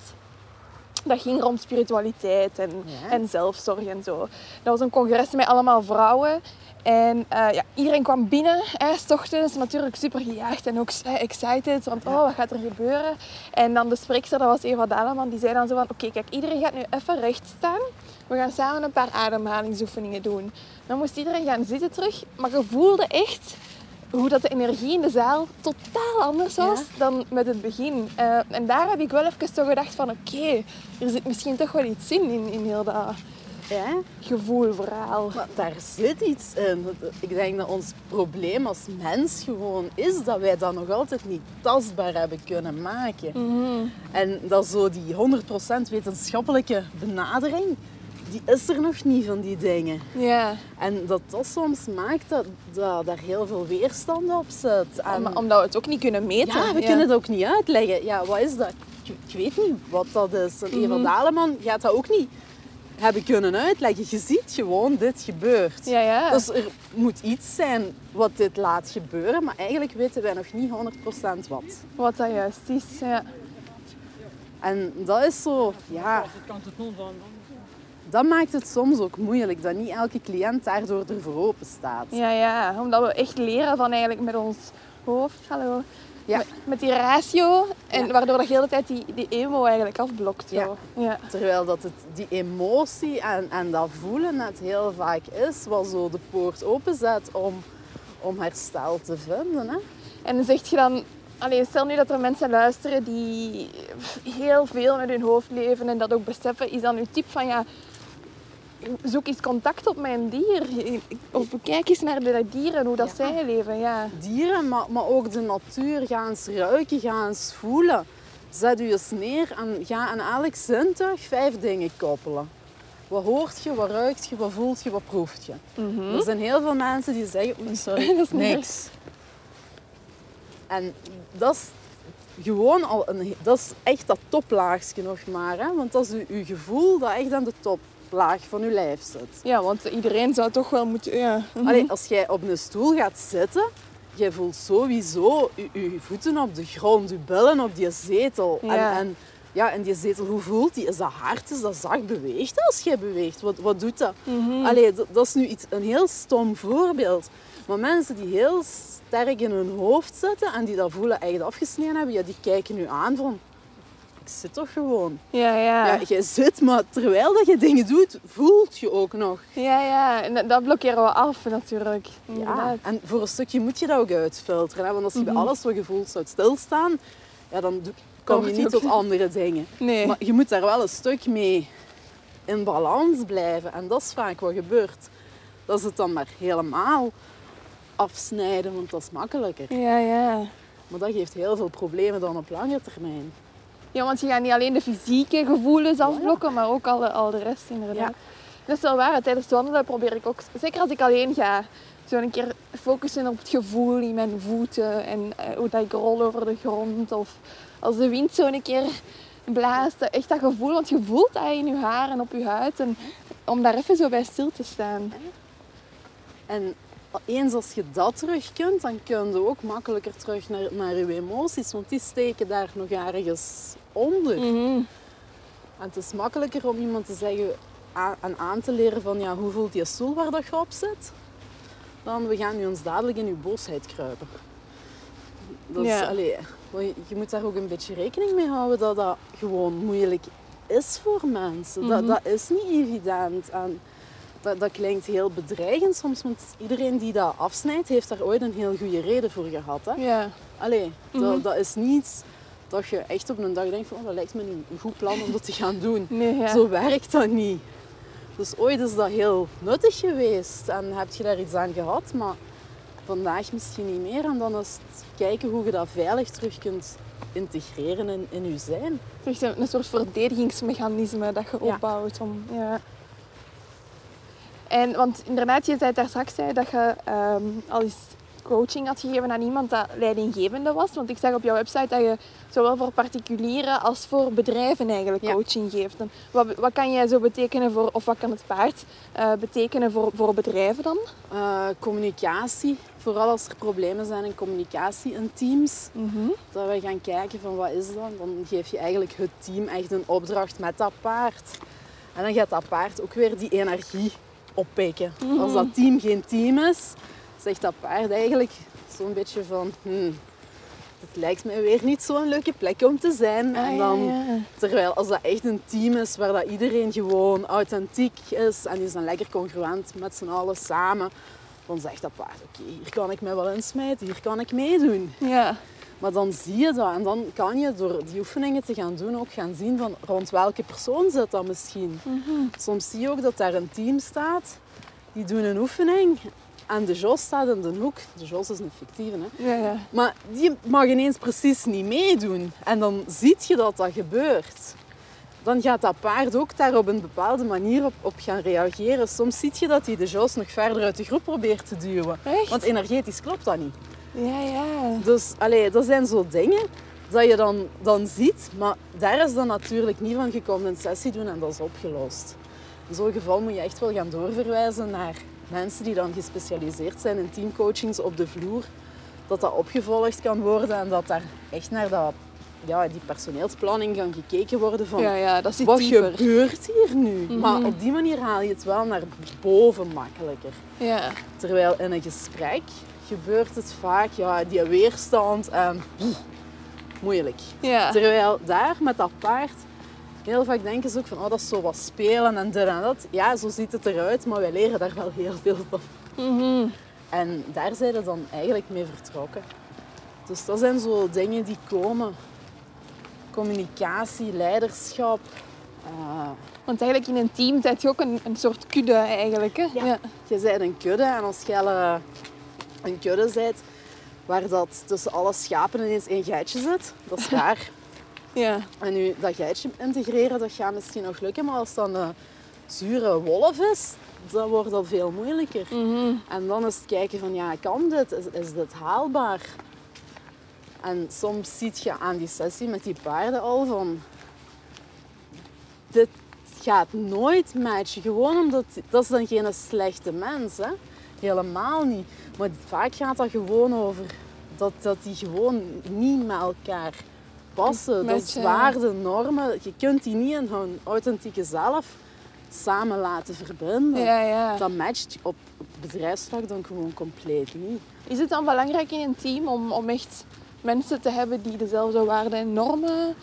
Dat ging rond spiritualiteit en, Ja. en zelfzorg en zo. Dat was een congres met allemaal vrouwen. En eh, ja, iedereen kwam binnen, hè, 's ochtends natuurlijk super gejaagd en ook eh, excited. Want oh, wat gaat er gebeuren? En dan de spreekster, dat was Eva Daleman, die zei dan zo van... Oké, kijk, iedereen gaat nu even recht staan. We gaan samen een paar ademhalingsoefeningen doen. Dan moest iedereen gaan zitten terug. Maar je voelde echt hoe dat de energie in de zaal totaal anders was Ja. dan met het begin. Eh, en daar heb ik wel even zo gedacht van... Oké, er zit misschien toch wel iets in, in, in heel dat Ja, gevoel, verhaal. maar daar zit iets in. Ik denk dat ons probleem als mens gewoon is dat wij dat nog altijd niet tastbaar hebben kunnen maken. Mhm. En dat zo die honderd procent wetenschappelijke benadering, die is er nog niet van die dingen. Ja. En dat dat soms maakt dat, dat daar heel veel weerstand op zit. En Om- omdat we het ook niet kunnen meten. ja, we kunnen het ook niet uitleggen. Ja, wat is dat? Ik, ik weet niet wat dat is. En Eva Mhm. Daleman gaat dat ook niet hebben kunnen uitleggen. Je ziet gewoon, dit gebeurt. Ja, ja. Dus er moet iets zijn wat dit laat gebeuren, maar eigenlijk weten wij nog niet honderd procent wat. Wat dat juist is. Ja. En dat is zo, ja, dat maakt het soms ook moeilijk, dat niet elke cliënt daardoor ervoor open staat. Ja, ja, omdat we echt leren van eigenlijk met ons hoofd. Hallo. Ja. Met, met die ratio. En Ja. waardoor dat de hele tijd die, die emo eigenlijk afblokt. Zo. Ja. Ja. Terwijl dat het, die emotie en, en dat voelen het heel vaak is wat zo de poort openzet om, om herstel te vinden. Hè? En dan zeg je dan... Allee, stel nu dat er mensen luisteren die heel veel met hun hoofd leven en dat ook beseffen. Is dan uw tip van ja... Zoek eens contact op met een dier. Of bekijk eens naar de dieren, hoe dat Ja. zij leven. Ja. Dieren, maar, maar ook de natuur. Ga eens ruiken, ga eens voelen. Zet u eens neer en ga aan elk zintuig vijf dingen koppelen. Wat hoort je, wat ruikt je, wat voelt je, wat proeft je? Mm-hmm. Er zijn heel veel mensen die zeggen, oei, sorry, Dat is niks. En dat is gewoon al een, dat is echt dat toplaagje nog maar. Hè? Want dat is uw, uw gevoel dat echt aan de toplaag van uw lijf zit. Ja, want iedereen zou toch wel moeten... Ja. Allee, als jij op een stoel gaat zitten, jij voelt sowieso je, je voeten op de grond, je billen op die zetel. Ja. En, en, ja, en die zetel, hoe voelt die? Is dat hard? Is dat zacht? Beweegt dat als jij beweegt? Wat, wat doet dat? Mm-hmm. Allee, dat, dat is nu iets, een heel stom voorbeeld. Maar mensen die heel sterk in hun hoofd zitten en die dat voelen echt afgesneden hebben, ja, die kijken nu aan van... Ik zit toch gewoon. Ja, ja. Ja, jij zit, maar terwijl dat je dingen doet, voelt je ook nog. Ja, ja. En dat- dat blokkeren we af natuurlijk. Ja, Inderdaad. en voor een stukje moet je dat ook uitfilteren. Hè? Want als je bij Mhm. alles wat je voelt zou stilstaan, ja, dan doe- kom je Komt niet ook- tot andere dingen. Nee. Maar je moet daar wel een stuk mee in balans blijven. En dat is vaak wat gebeurt. Dat is het dan maar helemaal afsnijden, want dat is makkelijker. Ja, ja. Maar dat geeft heel veel problemen dan op lange termijn. Ja, want je gaat niet alleen de fysieke gevoelens afblokken, maar ook al, al de rest inderdaad. Ja. Dat is wel waar. Tijdens het wandelen probeer ik ook, zeker als ik alleen ga, zo een keer focussen op het gevoel in mijn voeten en eh, hoe dat ik rol over de grond. Of als de wind zo een keer blaast, echt dat gevoel, want je voelt dat in je haar en op je huid. En om daar even zo bij stil te staan. En eens als je dat terug kunt, dan kun je ook makkelijker terug naar, naar je emoties. Want die steken daar nog ergens onder. Mhm. En het is makkelijker om iemand te zeggen aan, en aan te leren van ja, hoe voelt die stoel waar dat je op zit, dan we gaan nu ons dadelijk in je boosheid kruipen. Dat is, Ja. allee, want je, je moet daar ook een beetje rekening mee houden dat dat gewoon moeilijk is voor mensen. dat, Mhm. dat is niet evident. En dat, dat klinkt heel bedreigend soms, want iedereen die dat afsnijdt, heeft daar ooit een heel goede reden voor gehad. Hè? Ja. Allee, Mhm. dat, dat is niet dat je echt op een dag denkt van oh, dat lijkt me een goed plan om dat te gaan doen. Nee, ja. Zo werkt dat niet. Dus ooit is dat heel nuttig geweest en heb je daar iets aan gehad, maar vandaag misschien niet meer. En dan is het kijken hoe je dat veilig terug kunt integreren in, in je zijn. Terug een, een soort verdedigingsmechanisme dat je Ja. opbouwt. Om, ja. En, want inderdaad, je zei daar straks zei, dat je ehm, al eens coaching had gegeven aan iemand dat leidinggevende was. Want ik zag op jouw website dat je zowel voor particulieren als voor bedrijven eigenlijk Ja. coaching geeft. En wat, wat kan jij zo betekenen voor, of wat kan het paard eh, betekenen voor, voor bedrijven dan? Uh, communicatie, vooral als er problemen zijn in communicatie in teams. Dat we gaan kijken van wat is dat? Dan geef je eigenlijk het team echt een opdracht met dat paard. En dan gaat dat paard ook weer die energie oppikken. Mhm. Als dat team geen team is, zegt dat paard eigenlijk zo'n beetje van... Hmm, het lijkt mij weer niet zo'n leuke plek om te zijn. Ah, en dan, ja, ja. terwijl als dat echt een team is waar dat iedereen gewoon authentiek is en die is dan lekker congruent met z'n allen samen, dan zegt dat paard, oké, hier kan ik mij wel insmijten, hier kan ik meedoen. Ja. Maar dan zie je dat en dan kan je door die oefeningen te gaan doen ook gaan zien van rond welke persoon zit dat misschien. Soms zie je ook dat daar een team staat, die doen een oefening en de Jos staat in de hoek. De Jos is een fictieve, hè. Ja, ja. Maar die mag ineens precies niet meedoen. En dan zie je dat dat gebeurt. Dan gaat dat paard ook daar op een bepaalde manier op, op gaan reageren. Soms zie je dat hij de Jos nog verder uit de groep probeert te duwen. Echt? Want energetisch klopt dat niet. Ja, ja. Dus allee, dat zijn zo dingen dat je dan, dan ziet. Maar daar is dan natuurlijk niet van gekomen een sessie doen en dat is opgelost. In zo'n geval moet je echt wel gaan doorverwijzen naar mensen die dan gespecialiseerd zijn in teamcoachings op de vloer. Dat dat opgevolgd kan worden en dat daar echt naar dat, ja, die personeelsplanning kan gekeken worden van Ja, ja, dat zit wat dieper. gebeurt hier nu? Mhm. Maar op die manier haal je het wel naar boven makkelijker. Ja. Terwijl in een gesprek gebeurt het vaak, ja, die weerstand en pff, moeilijk. Ja. Terwijl daar met dat paard, heel vaak denken ze ook van, oh, dat is zo wat spelen en dit en dat. Ja, zo ziet het eruit, maar wij leren daar wel heel veel van. Mm-hmm. En daar zijn we dan eigenlijk mee vertrokken. Dus dat zijn zo dingen die komen. Communicatie, leiderschap. Uh, Want eigenlijk in een team zit je ook een, een soort kudde eigenlijk. Hè? Ja. Je bent een kudde en als je uh, een kudde bent waar dat tussen alle schapen ineens één geitje zit, dat is raar. Ja. En nu dat geitje integreren, dat gaat misschien nog lukken, maar als dan een zure wolf is, dat wordt al veel moeilijker. Mm-hmm. En dan is het kijken van, ja, kan dit? Is, is dit haalbaar? En soms zie je aan die sessie met die paarden al van, dit gaat nooit matchen. Gewoon omdat, dat is dan geen slechte mens, hè? Helemaal niet. Maar vaak gaat dat gewoon over dat, dat die gewoon niet met elkaar passen. Dat is waarden, normen. Je kunt die niet in hun authentieke zelf samen laten verbinden. Ja, ja. Dat matcht op, op bedrijfsvlak dan gewoon compleet niet. Is het dan belangrijk in een team om, om echt mensen te hebben die dezelfde waarden en normen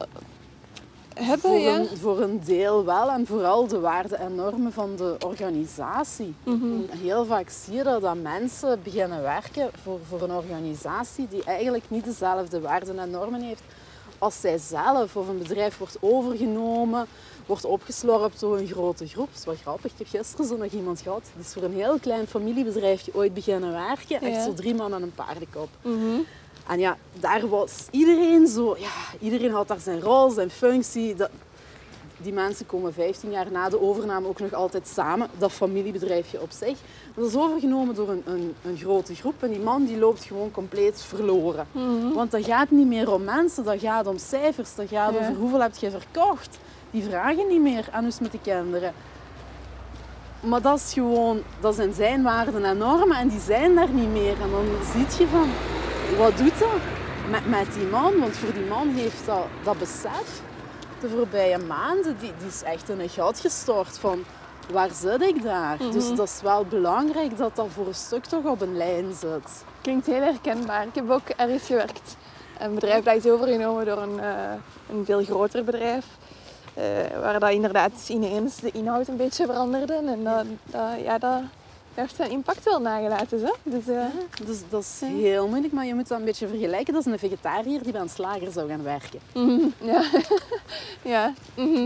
hebben? Voor, Ja? een, voor een deel wel en vooral de waarden en normen van de organisatie. Mm-hmm. Heel vaak zie je dat, dat mensen beginnen werken voor, voor een organisatie die eigenlijk niet dezelfde waarden en normen heeft als zij zelf. Of een bedrijf wordt overgenomen, wordt opgeslorpt door een grote groep. Dat is wel grappig. Ik heb gisteren zo nog iemand gehad. Die is voor een heel klein familiebedrijfje ooit beginnen werken. Echt Ja. zo drie man en een paardenkop. Mm-hmm. En ja, daar was iedereen zo... Ja, iedereen had daar zijn rol, zijn functie. Dat, die mensen komen vijftien jaar na de overname ook nog altijd samen. Dat familiebedrijfje op zich. Maar dat is overgenomen door een, een, een grote groep. En die man die loopt gewoon compleet verloren. Mm-hmm. Want dat gaat niet meer om mensen, dat gaat om cijfers. Dat gaat Ja. over hoeveel heb je verkocht. Die vragen niet meer aan ons met de kinderen. Maar dat is gewoon... Dat zijn zijn waarden en normen. En die zijn daar niet meer. En dan zie je van... Wat doet dat met, met die man? Want voor die man heeft dat, dat besef de voorbije maanden, die, die is echt in een gat gestort van waar zit ik daar? Mm-hmm. Dus dat is wel belangrijk dat dat voor een stuk toch op een lijn zit. Klinkt heel herkenbaar. Ik heb ook ergens gewerkt. Een bedrijf dat is overgenomen door een, uh, een veel groter bedrijf. Uh, waar dat inderdaad ineens de inhoud een beetje veranderde. En dat, dat, ja, dat heeft zijn impact wel nagelaten. Zo. Dus, uh, Dus dat is heel moeilijk, maar je moet dat een beetje vergelijken. Dat is een vegetariër die bij een slager zou gaan werken. mm-hmm, ja. ja. Mm-hmm.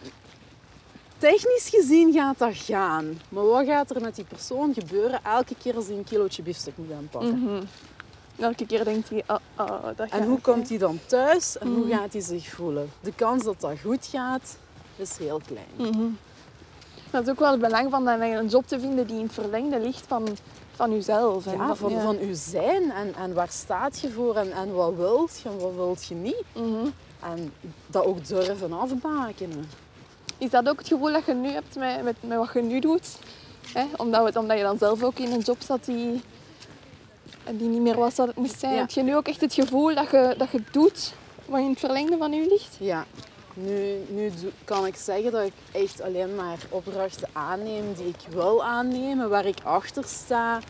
Technisch gezien gaat dat gaan. Maar wat gaat er met die persoon gebeuren elke keer als hij een kilootje biefstuk moet aanpakken? Mm-hmm. Elke keer denkt hij, oh, oh, dat gaat En hoe komt hij dan thuis en Mm-hmm. hoe gaat hij zich voelen? De kans dat dat goed gaat, is heel klein. Mm-hmm. Dat is ook wel het belang van dan een job te vinden die in het verlengde ligt van, van jezelf. En Ja, dat- van, ja. van uw zijn en, en waar staat je voor en, en wat wilt je en wat wilt je niet. Mm-hmm. En dat ook durven afbakenen. Is dat ook het gevoel dat je nu hebt met, met, met wat je nu doet? Hè? Omdat, het, omdat je dan zelf ook in een job zat die, die niet meer was wat het moest zijn. Ja. Heb je nu ook echt het gevoel dat je, dat je doet wat in het verlengde van u ligt? Ja, nu, nu doe- kan ik zeggen dat ik echt alleen maar opdrachten aanneem die ik wil aannemen, waar ik achter sta.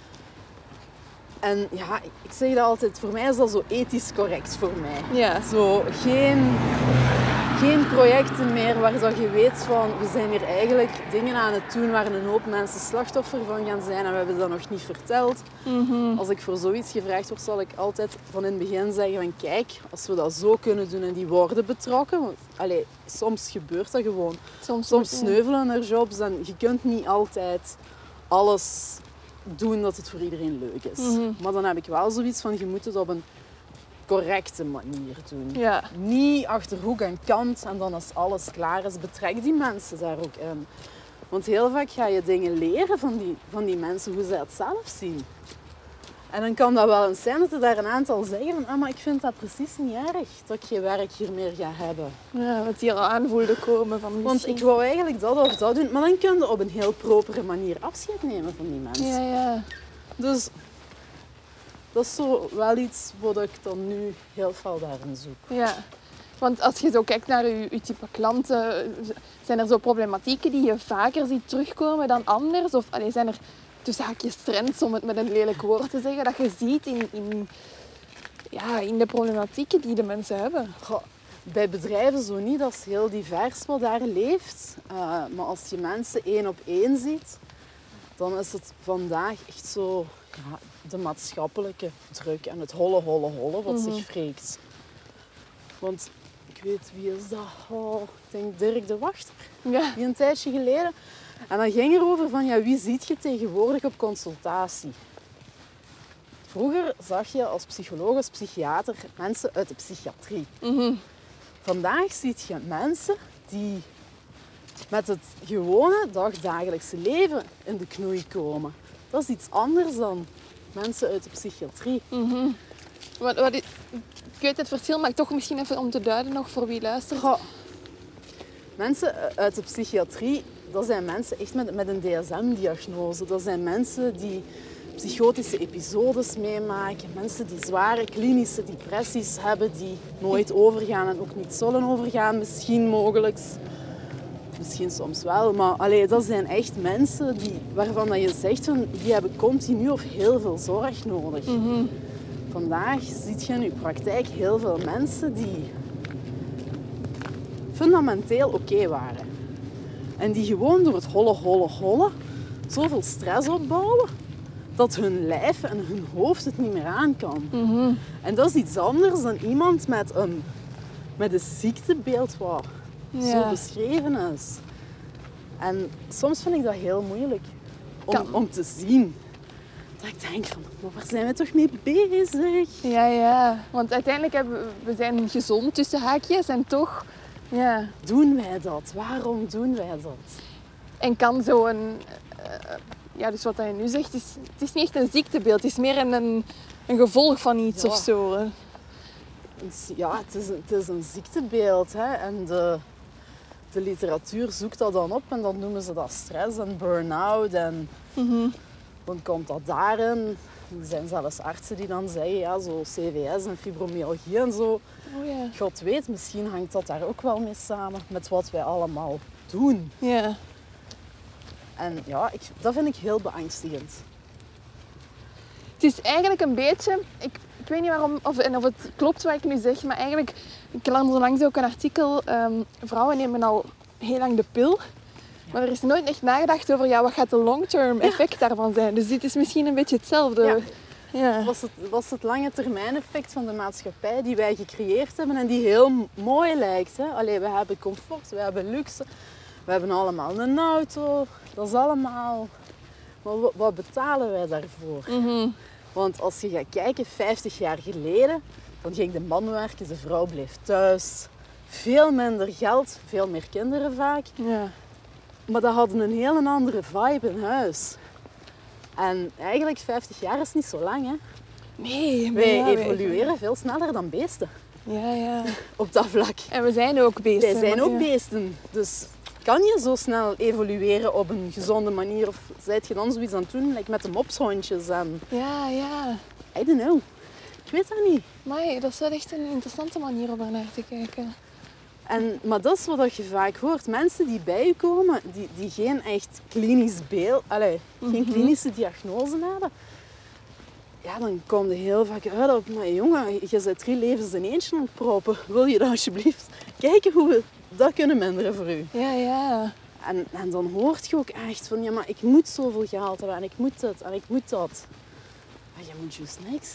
En ja, ik- ik zeg dat altijd, voor mij is dat zo ethisch correct voor mij. Ja. Zo geen, geen projecten meer waar dat je weet van, we zijn hier eigenlijk dingen aan het doen waar een hoop mensen slachtoffer van gaan zijn en we hebben dat nog niet verteld. Mm-hmm. Als ik voor zoiets gevraagd word, zal ik altijd van in het begin zeggen van kijk, als we dat zo kunnen doen en die worden betrokken, want allee, soms gebeurt dat gewoon. Soms, Soms ja. sneuvelen er jobs en je kunt niet altijd alles doen dat het voor iedereen leuk is. Mhm. Maar dan heb ik wel zoiets van, je moet het op een correcte manier doen. Ja. Niet achter hoek en kant en dan als alles klaar is, betrek die mensen daar ook in. Want heel vaak ga je dingen leren van die, van die mensen, hoe zij het zelf zien. En dan kan dat wel eens zijn dat er daar een aantal zeggen van, ah, maar ik vind dat precies niet erg dat ik geen werk hier meer ga hebben. Ja, wat hier al aanvoelde komen van Want misschien- ik wou eigenlijk dat of dat doen, maar dan kun je op een heel propere manier afscheid nemen van die mensen. Ja, ja. Dus dat is zo wel iets wat ik dan nu heel veel daarin zoek. Ja, want als je zo kijkt naar je, je type klanten, zijn er zo problematieken die je vaker ziet terugkomen dan anders? Of allee, zijn er tussen haakjes trends, om het met een lelijk woord te zeggen, dat je ziet in, in, ja, in de problematieken die de mensen hebben. Goh, bij bedrijven zo niet, dat is heel divers wat daar leeft. Uh, maar als je mensen één op één ziet, dan is het vandaag echt zo ja, de maatschappelijke druk en het holle, holle, holle wat Mm-hmm. zich wreekt. Want ik weet, wie is dat? Oh, ik denk Dirk de Wachter, Ja. die een tijdje geleden. En dan ging erover van, ja, wie ziet je tegenwoordig op consultatie? Vroeger zag je als psycholoog, als psychiater, mensen uit de psychiatrie. Mm-hmm. Vandaag zie je mensen die met het gewone dagdagelijkse leven in de knoei komen. Dat is iets anders dan mensen uit de psychiatrie. Mm-hmm. Wat, wat is, ik weet het verschil, maar toch misschien even om te duiden nog voor wie luistert. Goh, mensen uit de psychiatrie, dat zijn mensen echt met, met een D S M-diagnose. Dat zijn mensen die psychotische episodes meemaken. Mensen die zware klinische depressies hebben, die nooit overgaan en ook niet zullen overgaan, misschien mogelijk. Misschien soms wel, maar allee, dat zijn echt mensen die, waarvan dat je zegt, van, die hebben continu of heel veel zorg nodig. Mm-hmm. Vandaag zie je in je praktijk heel veel mensen die fundamenteel oké waren. En die gewoon door het holle, holle, holle zoveel stress opbouwen dat hun lijf en hun hoofd het niet meer aan kan. Mm-hmm. En dat is iets anders dan iemand met een, met een ziektebeeld wat Ja. zo beschreven is. En soms vind ik dat heel moeilijk om, Kan. om te zien. Dat ik denk van, maar waar zijn we toch mee bezig? Ja, ja. Want uiteindelijk hebben we, we zijn gezond tussen haakjes en toch... Ja. Doen wij dat? Waarom doen wij dat? En kan zo'n... Uh, ja, dus wat je nu zegt, is, het is niet echt een ziektebeeld. Het is meer een, een, een gevolg van iets Ja. of zo. Hè. Ja, het is een, het is een ziektebeeld. Hè? En de, de literatuur zoekt dat dan op en dan noemen ze dat stress en burn-out. En Mm-hmm. dan komt dat daarin. Er zijn zelfs artsen die dan zeggen, ja, zo C V S en fibromyalgie en zo. Oh ja. God weet, misschien hangt dat daar ook wel mee samen met wat wij allemaal doen. Ja. En ja, ik, dat vind ik heel beangstigend. Het is eigenlijk een beetje... Ik, ik weet niet waarom, of, en of het klopt wat ik nu zeg, maar eigenlijk... Ik las onlangs ook een artikel. Um, vrouwen nemen al heel lang de pil. Maar er is nooit echt nagedacht over ja, wat gaat de long-term effect daarvan zijn. Dus dit is misschien een beetje hetzelfde. Ja. Ja. Was het, was het lange termijn effect van de maatschappij die wij gecreëerd hebben en die heel m- mooi lijkt. Hè? Allee, we hebben comfort, we hebben luxe, we hebben allemaal een auto. Dat is allemaal... Maar wat, wat betalen wij daarvoor? Mm-hmm. Want als je gaat kijken, vijftig jaar geleden, dan ging de man werken, de vrouw bleef thuis. Veel minder geld, veel meer kinderen vaak. Ja. Maar dat hadden een heel andere vibe in huis. En eigenlijk vijftig jaar is niet zo lang, hè. Nee, Wij ja, wij- evolueren veel sneller dan beesten Ja, ja. op dat vlak. En we zijn ook beesten. Wij zijn maar ook ja. beesten. Dus kan je zo snel evolueren op een gezonde manier? Of zijt je dan zoiets aan het doen, like met de mopshondjes en... Ja, ja. I don't know. Ik weet dat niet. Maar dat is wel echt een interessante manier om er naar te kijken. En, maar dat is wat je vaak hoort. Mensen die bij je komen, die, die geen echt klinisch beeld, allee, geen Mhm. klinische diagnose hebben. Ja, dan kom je heel vaak uit op, maar jongen, je bent drie levens in eentje aan het proppen. Wil je dan alsjeblieft kijken hoe we dat kunnen minderen voor u? Ja, ja. En, en dan hoort je ook echt van, ja, maar ik moet zoveel geld hebben en ik moet dit en ik moet dat. Maar je moet juist niks.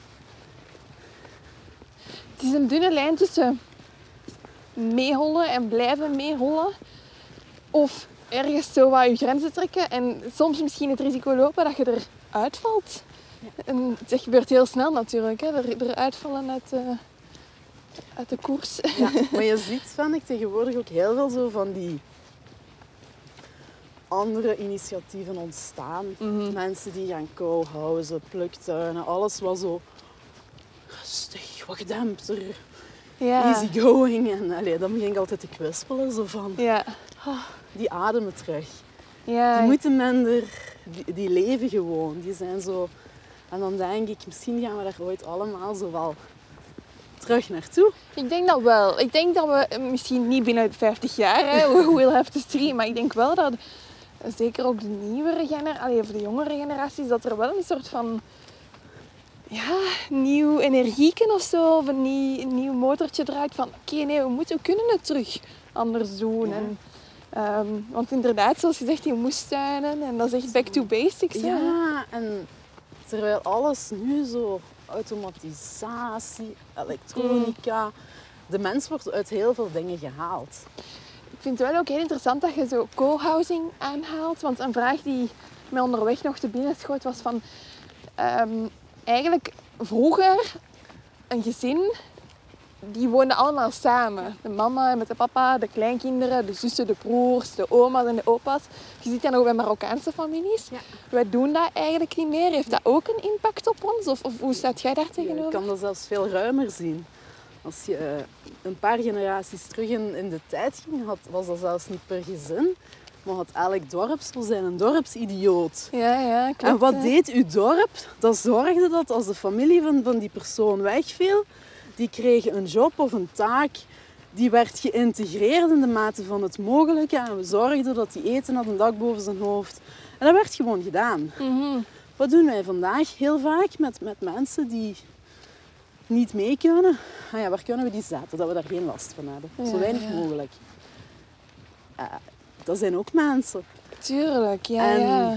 Het is een dunne lijn tussen meehollen en blijven meehollen. Of ergens zo wat je grenzen trekken en soms misschien het risico lopen dat je eruit valt. En dat gebeurt heel snel natuurlijk, hè? Er, eruit vallen uit de, uit de koers. Ja, maar je ziet, vind ik, tegenwoordig ook heel veel zo van die andere initiatieven ontstaan. Mhm. Mensen die gaan co-housen, pluktuinen, alles wat zo rustig, wat gedempter, Ja. easy going. En allee, dan begin ik altijd te kwispelen, zo van, Ja. ah, die ademen terug. Ja. Die moeten minder, die, die leven gewoon, die zijn zo... En dan denk ik, misschien gaan we daar ooit allemaal zo wel terug naartoe. Ik denk dat wel. Ik denk dat we misschien niet binnen vijftig jaar, hè, we'll have to see, maar ik denk wel dat zeker ook de nieuwere generatie, of de jongere generaties, dat er wel een soort van ja, nieuw energieken of zo, of een nieuw, een nieuw motortje draait van oké, okay, nee, we, moeten, we kunnen het terug anders doen. Ja. En, um, want inderdaad, zoals je zegt, die moestuinen en dat is echt back to basics. Ja, hè? En terwijl alles nu zo automatisatie, elektronica, mm. de mens wordt uit heel veel dingen gehaald. Ik vind het wel ook heel interessant dat je zo co-housing aanhaalt, want een vraag die mij onderweg nog te binnen schoot was van um, eigenlijk vroeger een gezin die woonden allemaal samen. De mama met de papa, de kleinkinderen, de zussen, de broers, de oma's en de opa's. Je ziet dat ook bij Marokkaanse families. Ja. Wij doen dat eigenlijk niet meer. Heeft dat ook een impact op ons? Of, of hoe staat jij daar tegenover? Je kan dat zelfs veel ruimer zien. Als je uh, een paar generaties terug in, in de tijd ging, had, was dat zelfs niet per gezin. Maar had elk dorp zo zijn een dorpsidioot. Ja, ja, klopt. En wat hè. deed uw dorp? Dat zorgde dat als de familie van, van die persoon wegviel, die kregen een job of een taak, die werd geïntegreerd in de mate van het mogelijke. En we zorgden dat die eten had, een dak boven zijn hoofd. En dat werd gewoon gedaan. Mm-hmm. Wat doen wij vandaag heel vaak met, met mensen die niet mee kunnen? Ah ja, waar kunnen we die zetten, dat we daar geen last van hebben? Ja, Zo weinig ja. mogelijk. Uh, dat zijn ook mensen. Tuurlijk, ja, En ja.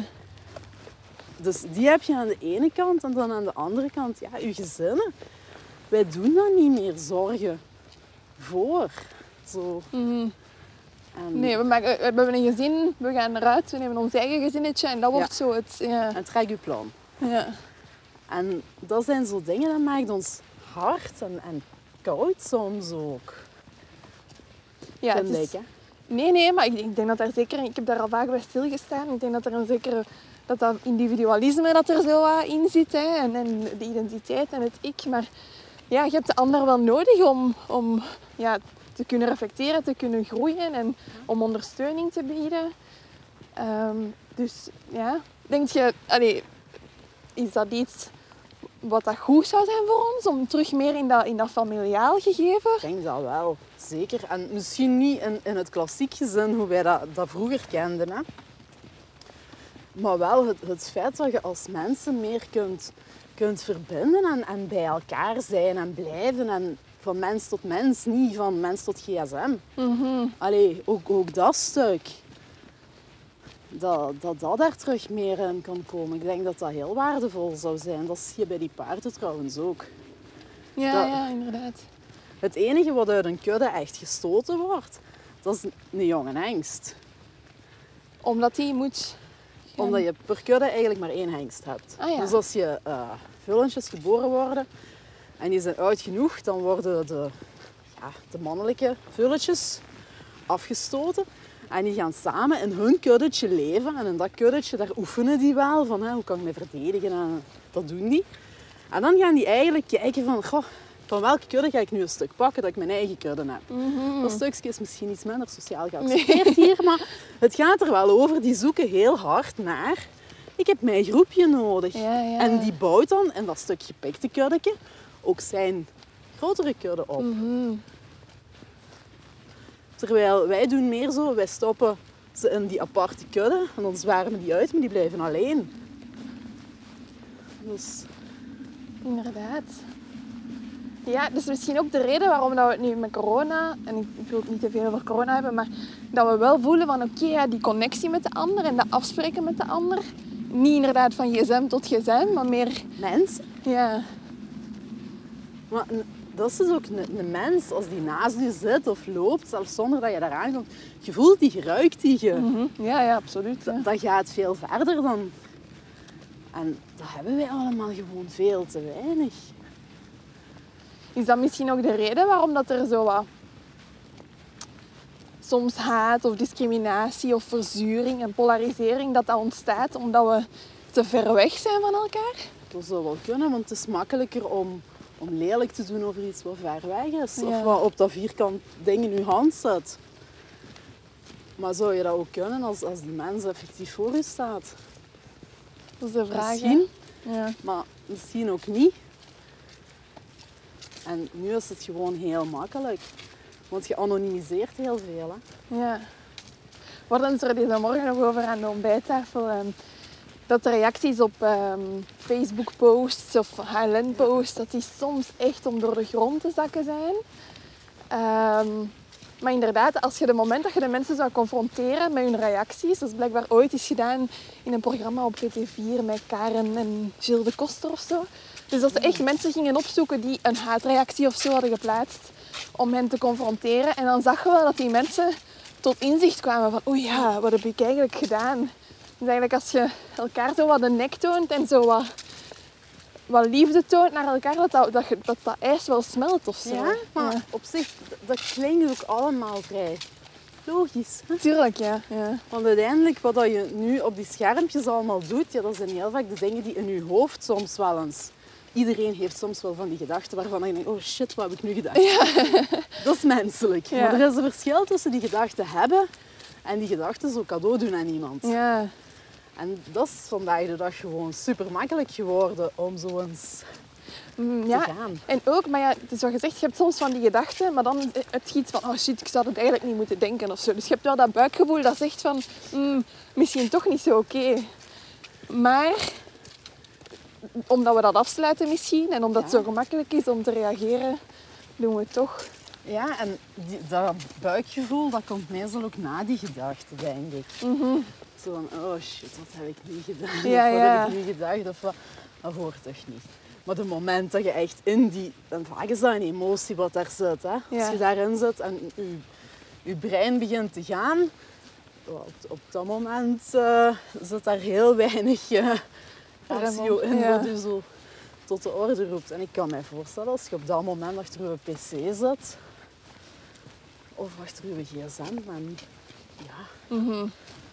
Dus die heb je aan de ene kant en dan aan de andere kant, ja, je gezinnen. Wij doen dan niet meer zorgen voor. Zo. Mm-hmm. En, Nee, we, maken, we hebben een gezin, we gaan eruit, we nemen ons eigen gezinnetje en dat wordt Ja. zo het... Ja. en trek je plan. Ja. En dat zijn zo dingen, dat maakt ons hard en, en koud soms ook. Ja, vind het is- ik, hè. Nee, nee, maar ik, ik denk dat daar zeker... Ik heb daar al vaak bij stilgestaan. Ik denk dat er een zekere... Dat dat individualisme dat er zo wat in zit. Hè, en, en de identiteit en het ik. Maar ja, je hebt de ander wel nodig om, om ja, te kunnen reflecteren, te kunnen groeien. En om ondersteuning te bieden. Um, dus ja, denk je... Allee, is dat iets wat dat goed zou zijn voor ons? Om terug meer in dat, in dat familiaal gegeven? Ik denk dat wel, zeker. En misschien niet in, in het klassiek gezin, hoe wij dat, dat vroeger kenden. Hè. Maar wel het, het feit dat je als mensen meer kunt, kunt verbinden en, en bij elkaar zijn en blijven. En van mens tot mens, niet van mens tot gsm. Mm-hmm. Allee, ook, ook dat stuk. Dat, dat dat daar terug meer in kan komen. Ik denk dat dat heel waardevol zou zijn. Dat zie je bij die paarden trouwens ook. Ja, Dat- ja, inderdaad. Het enige wat uit een kudde echt gestoten wordt, dat is een jonge hengst. Omdat die moet... gaan- Omdat je per kudde eigenlijk maar één hengst hebt. Ah, ja. Dus als je uh, vullentjes geboren worden en die zijn oud genoeg, dan worden de, ja, de mannelijke vulletjes afgestoten. En die gaan samen in hun kuddetje leven. En in dat kuddetje, daar oefenen die wel van hè, hoe kan ik me verdedigen. En dat doen die. En dan gaan die eigenlijk kijken van, goh, van welke kudde ga ik nu een stuk pakken dat ik mijn eigen kudde heb. Mm-hmm. Dat stukje is misschien iets minder sociaal geaccepteerd hier, maar het gaat er wel over. Die zoeken heel hard naar, ik heb mijn groepje nodig. Ja, ja. En die bouwt dan in dat stuk gepikte kuddetje ook zijn grotere kudde op. Mm-hmm. Terwijl wij doen meer zo, wij stoppen ze in die aparte kudde en dan zwarmen die uit, maar die blijven alleen. Dus Inderdaad. Ja, dus misschien ook de reden waarom dat we het nu met corona, en ik wil het niet te veel over corona hebben, maar dat we wel voelen van oké, ja, die connectie met de ander en dat afspreken met de ander. Niet inderdaad van gsm tot gsm, maar meer... mensen. Ja, Maar een- dat is dus ook een, een mens, als die naast je zit of loopt, zelfs zonder dat je daar aankomt. Je voelt die, je ruikt die. Je. mm-hmm. ja, ja, absoluut. Ja. Dat gaat veel verder dan... En dat hebben wij allemaal gewoon veel te weinig. Is dat misschien ook de reden waarom dat er zo wat... soms haat of discriminatie of verzuring en polarisering dat dat ontstaat omdat we te ver weg zijn van elkaar? Dat zou wel kunnen, want het is makkelijker om, om lelijk te doen over iets wat ver weg is. Ja. Of wat op dat vierkant ding in je hand zit. Maar zou je dat ook kunnen als, als die mens effectief voor je staat? Dat is de vraag. hè? Misschien, Ja. maar misschien ook niet. En nu is het gewoon heel makkelijk. Want je anonimiseert heel veel. Hè? Ja. We hadden het er deze morgen nog over aan de ontbijttafel. Um, dat de reacties op um, Facebook-posts of H L N-posts, dat die soms echt om door de grond te zakken zijn. Um, maar inderdaad, als je de moment dat je de mensen zou confronteren met hun reacties, dat is blijkbaar ooit eens gedaan in een programma op V T vier met Karen en Gilles de Koster of zo. Dus dat ze echt mensen gingen opzoeken die een haatreactie of zo hadden geplaatst om hen te confronteren. En dan zag je wel dat die mensen tot inzicht kwamen van oei ja, wat heb ik eigenlijk gedaan? Dus eigenlijk als je elkaar zo wat de nek toont en zo wat, wat liefde toont naar elkaar, dat dat, dat, dat, dat ijs wel smelt of zo. Ja, maar ja. op zich, dat klinkt ook allemaal vrij logisch. Hè? Tuurlijk, ja. ja. Want uiteindelijk, wat je nu op die schermpjes allemaal doet, ja, dat zijn heel vaak de dingen die in je hoofd soms wel eens... Iedereen heeft soms wel van die gedachten waarvan je denkt, oh shit, wat heb ik nu gedacht? Ja. Dat is menselijk. Ja. Maar er is een verschil tussen die gedachten hebben en die gedachten zo cadeau doen aan iemand. Ja. En dat is vandaag de dag gewoon super makkelijk geworden om zo eens mm, ja. te gaan. En ook, maar ja, het is wat gezegd, je hebt soms van die gedachten, maar dan heb je iets van, oh shit, ik zou het eigenlijk niet moeten denken of zo. Dus je hebt wel dat buikgevoel dat zegt van, mm, misschien toch niet zo oké. Okay. Maar... Omdat we dat afsluiten misschien en omdat ja. het zo gemakkelijk is om te reageren, doen we het toch. Ja, en die, dat buikgevoel, dat komt meestal ook na die gedachte, denk ik. Mm-hmm. Zo van, oh shit, wat heb ik nu gedaan? Ja, of wat ja. heb ik nu gedacht? Of wat? Dat hoort toch niet. Maar het moment dat je echt in die... En vaak is dat een emotie wat daar zit. Hè? Ja. Als je daarin zit en je, je brein begint te gaan, op, op dat moment uh, zit daar heel weinig... Uh, ratio in ja. wat je zo tot de orde roept. En ik kan me voorstellen, als je op dat moment achter je pc zit, of achter je gsm, en ja... Mm-hmm.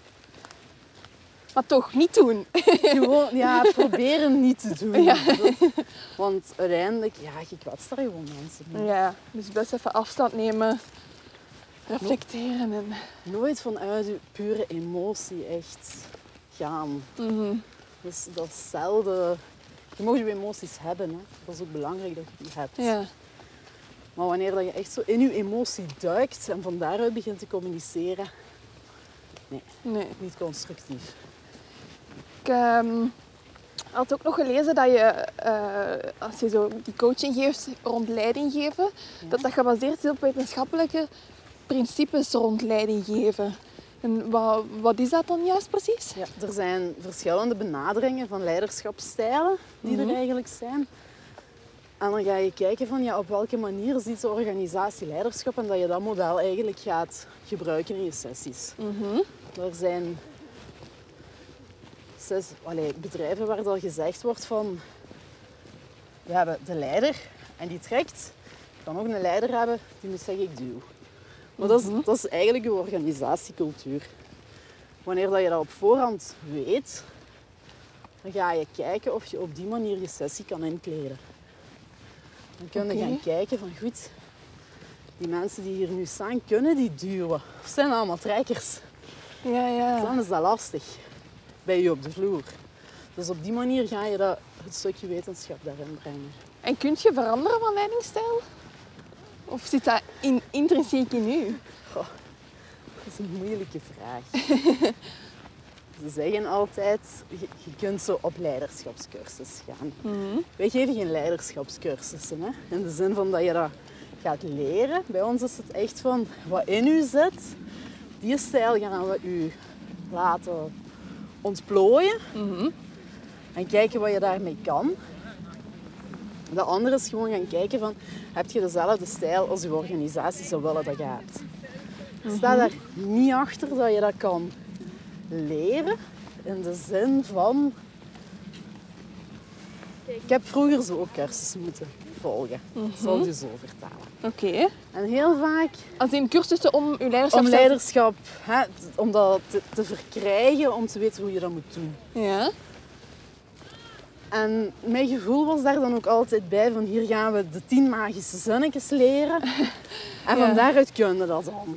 Maar toch, niet doen. Gewoon, ja, proberen niet te doen. Ja. Dat, want uiteindelijk, ja, je kwetst daar gewoon mensen mee. Ja, dus best even afstand nemen, reflecteren. En... Nooit vanuit je pure emotie echt gaan. Mm-hmm. Dus dat is zelden... Je mag je emoties hebben, hè. Dat is ook belangrijk dat je die hebt. Ja. Maar wanneer dat je echt zo in je emotie duikt en van daaruit begint te communiceren, nee, nee. niet constructief. Ik um, had ook nog gelezen dat je, uh, als je zo die coaching geeft rond leiding geven, ja. dat dat gebaseerd is op wetenschappelijke principes rond leiding geven. En wat, wat is dat dan juist precies? Ja, er zijn verschillende benaderingen van leiderschapsstijlen die mm-hmm. er eigenlijk zijn. En dan ga je kijken van ja, op welke manier ziet de organisatie leiderschap en dat je dat model eigenlijk gaat gebruiken in je sessies. Mm-hmm. Er zijn zes allee, bedrijven waar al gezegd wordt van we hebben de leider en die trekt. Je kan ook een leider hebben die moet zeggen ik duw. Maar dat is, dat is eigenlijk je organisatiecultuur. Wanneer dat je dat op voorhand weet, dan ga je kijken of je op die manier je sessie kan inkleden. Dan kun je okay. gaan kijken van goed, die mensen die hier nu staan, kunnen die duwen? Of zijn dat allemaal trekkers? Ja, ja. Dan is dat lastig bij je op de vloer. Dus op die manier ga je dat, het stukje wetenschap daarin brengen. En kun je veranderen van leidingsstijl? Of zit dat in, intrinsiek in u? Goh, dat is een moeilijke vraag. Ze zeggen altijd, je, je kunt zo op leiderschapscursus gaan. Mm-hmm. Wij geven geen leiderschapscursussen. Hè? In de zin van dat je dat gaat leren. Bij ons is het echt van wat in u zit. Die stijl gaan we u laten ontplooien. Mm-hmm. En kijken wat je daarmee kan. De andere is gewoon gaan kijken van, heb je dezelfde stijl als je organisatie zou willen dat je hebt. Mm-hmm. Sta daar niet achter dat je dat kan leren. In de zin van... Ik heb vroeger zo ook cursussen moeten volgen. Mm-hmm. Dat zal ik je zo vertalen. Oké. Okay. En heel vaak... Als in cursussen om je leiderschap... Om leiderschap, hè, om dat te, te verkrijgen, om te weten hoe je dat moet doen. Ja. En mijn gevoel was daar dan ook altijd bij van hier gaan we de tien magische zinnetjes leren. En van ja. daaruit kunnen we dat dan.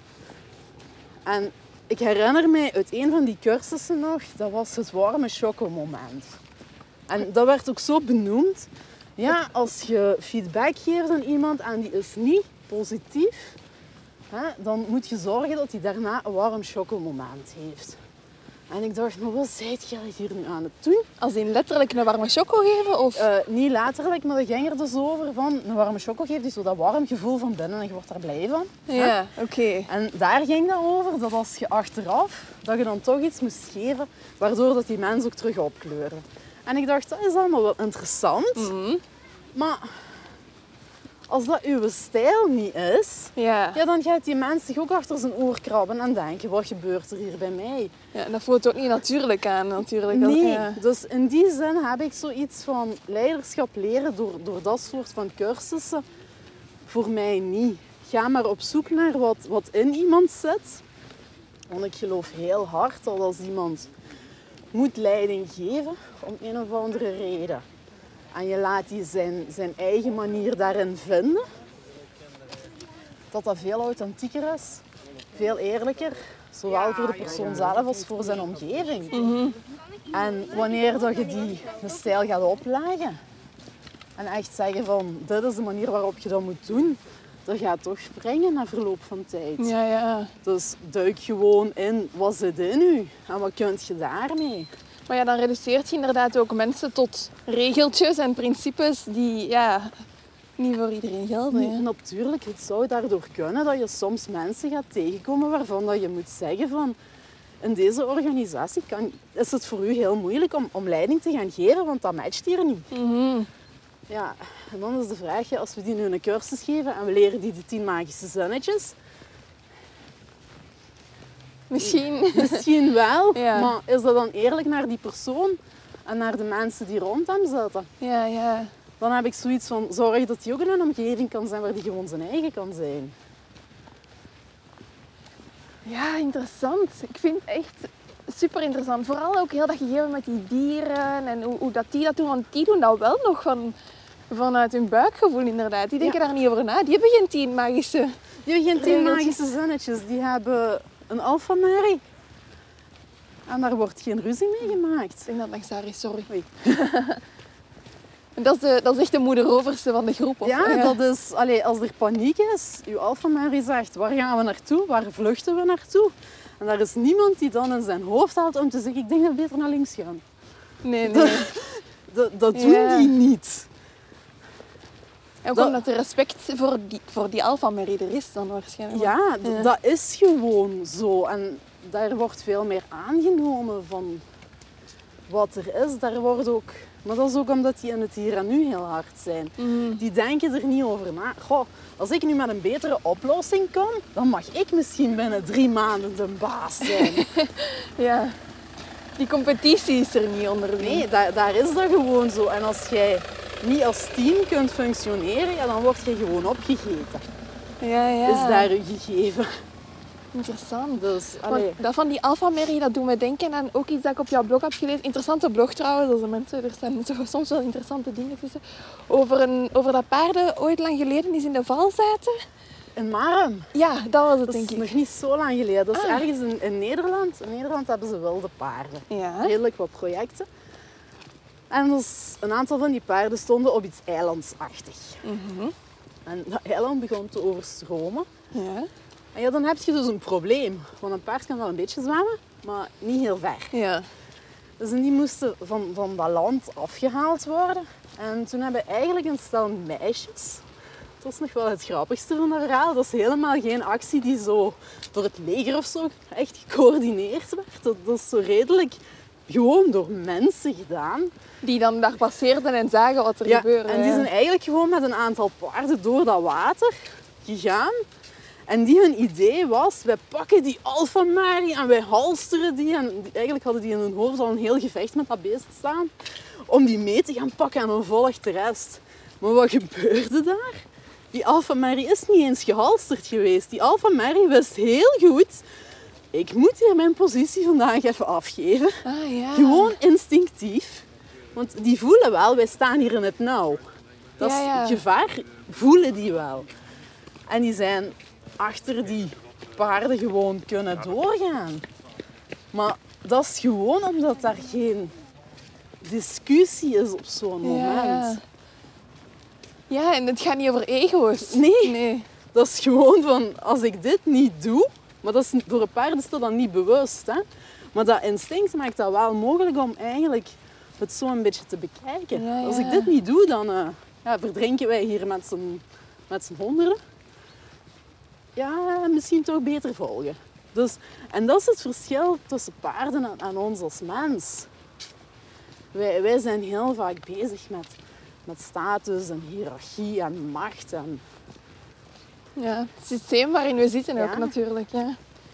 En ik herinner mij uit een van die cursussen nog, dat was het warme chocomoment. En dat werd ook zo benoemd. Ja, als je feedback geeft aan iemand en die is niet positief, hè, dan moet je zorgen dat hij daarna een warm chocomoment heeft. En ik dacht, maar wat zijt jij hier nu aan het doen? Als in letterlijk een warme choco geven? Of? Uh, niet letterlijk, maar dat ging er dus over van een warme choco geeft dus zo dat warm gevoel van binnen en je wordt daar blij van. Ja, oké. Okay. En daar ging dat over, dat als je achteraf, dat je dan toch iets moest geven, waardoor dat die mens ook terug opkleurde. En ik dacht, dat is allemaal wel interessant, mm-hmm. maar als dat uw stijl niet is, ja. Ja, dan gaat die mens zich ook achter zijn oor krabben en denken, wat gebeurt er hier bij mij? Ja, dat voelt ook niet natuurlijk aan, natuurlijk. Nee, ja. Dus in die zin heb ik zoiets van leiderschap leren door, door dat soort van cursussen. Voor mij niet. Ga maar op zoek naar wat, wat in iemand zit. Want ik geloof heel hard dat als iemand moet leiding geven, om een of andere reden, en je laat die zijn, zijn eigen manier daarin vinden, dat dat veel authentieker is, veel eerlijker, zowel voor de persoon zelf als voor zijn omgeving. Mm-hmm. En wanneer dat je die de stijl gaat opleggen en echt zeggen van dit is de manier waarop je dat moet doen, dat gaat toch springen na verloop van tijd. Ja, ja. Dus duik gewoon in wat zit in u en wat kun je daarmee. Maar ja, dan reduceert je inderdaad ook mensen tot regeltjes en principes die ja, niet voor iedereen gelden. Nee, natuurlijk, het zou daardoor kunnen dat je soms mensen gaat tegenkomen waarvan dat je moet zeggen van in deze organisatie kan, is het voor u heel moeilijk om, om leiding te gaan geven, want dat matcht hier niet. Mm-hmm. Ja, en dan is de vraag, als we die nu een cursus geven en we leren die de tien magische zinnetjes. Misschien. Misschien wel, ja. Maar is dat dan eerlijk naar die persoon en naar de mensen die rond hem zitten? Ja, ja. Dan heb ik zoiets van, zorg dat hij ook in een omgeving kan zijn waar hij gewoon zijn eigen kan zijn. Ja, interessant. Ik vind het echt super interessant. Vooral ook heel dat gegeven met die dieren en hoe, hoe dat die dat doen. Want die doen dat wel nog van, vanuit hun buikgevoel inderdaad. Die denken ja. daar niet over na. Die hebben geen tien magische Die hebben geen tien regeltjes. magische zinnetjes. Die hebben een alfamerrie. En daar wordt geen ruzie mee gemaakt. Ik denk dat het nog daar is, sorry. Oei. Dat is, de, dat is echt de moederoverste van de groep. Of? Ja, ja, dat is, allee, als er paniek is, uw alfamerrie zegt, waar gaan we naartoe? Waar vluchten we naartoe? En daar is niemand die dan in zijn hoofd haalt om te zeggen, ik denk dat we beter naar links gaan. Nee, nee. Dat, dat, dat doen ja. die niet. En ook dat, omdat er respect voor die, voor die alfamerrie er is dan waarschijnlijk. Ja, d- ja, dat is gewoon zo. En daar wordt veel meer aangenomen van wat er is. Daar wordt ook... Maar dat is ook omdat die in het hier en nu heel hard zijn. Mm. Die denken er niet over na. Goh, als ik nu met een betere oplossing kom, dan mag ik misschien binnen drie maanden de baas zijn. Ja. Die competitie is er niet onder. Nee, daar, daar is dat gewoon zo. En als jij niet als team kunt functioneren, ja, dan word je gewoon opgegeten. Ja, ja. Is daar je gegeven. Interessant. Dus, Want dat van die alfamerrie, dat doet me denken aan ook iets dat ik op jouw blog heb gelezen. Interessante blog trouwens, als de mensen, er staan soms wel interessante dingen tussen. Over, een, over dat paarden ooit lang geleden eens in de val zaten. In Marem? Ja, dat was het Dat denk is ik. nog niet zo lang geleden. Dat is Ah. ergens in, in Nederland. In Nederland hebben ze wilde paarden. Ja. Redelijk wat projecten. En dus een aantal van die paarden stonden op iets eilandsachtig. Mm-hmm. En dat eiland begon te overstromen. Ja. En ja, dan heb je dus een probleem. Want een paard kan wel een beetje zwemmen, maar niet heel ver. Ja. Dus die moesten van, van dat land afgehaald worden. En toen hebben eigenlijk een stel meisjes... Dat is nog wel het grappigste van dat verhaal. Dat is helemaal geen actie die zo door het leger of zo echt gecoördineerd werd. Dat, dat is zo redelijk gewoon door mensen gedaan. Die dan daar passeerden en zagen wat er Ja, gebeurde. en die zijn eigenlijk gewoon met een aantal paarden door dat water gegaan. En die hun idee was, wij pakken die alfamerrie en wij halsteren die. En eigenlijk hadden die in hun hoofd al een heel gevecht met dat beest staan. Om die mee te gaan pakken en dan volgt de rest. Maar wat gebeurde daar? Die alfamerrie is niet eens gehalsterd geweest. Die alfamerrie wist heel goed, ik moet hier mijn positie vandaag even afgeven. Ah, ja. Gewoon instinctief. Want die voelen wel, wij staan hier in het nauw. Dat is Ja, ja. het gevaar, voelen die wel. En die zijn achter die paarden gewoon kunnen doorgaan. Maar dat is gewoon omdat daar geen discussie is op zo'n Ja, moment. ja. Ja, en het gaat niet over ego's. Nee. Nee. Dat is gewoon van, als ik dit niet doe... Maar dat is, voor een paard is dat dan niet bewust. Hè? Maar dat instinct maakt dat wel mogelijk om eigenlijk het zo een beetje te bekijken. Ja, ja. Als ik dit niet doe, dan uh, ja, verdrinken wij hier met z'n, met z'n honderden. Ja, misschien toch beter volgen. Dus, en dat is het verschil tussen paarden en, en ons als mens. Wij, wij zijn heel vaak bezig met, met status en hiërarchie en macht. En... Ja, het systeem waarin we zitten ook Ja. natuurlijk. Ja.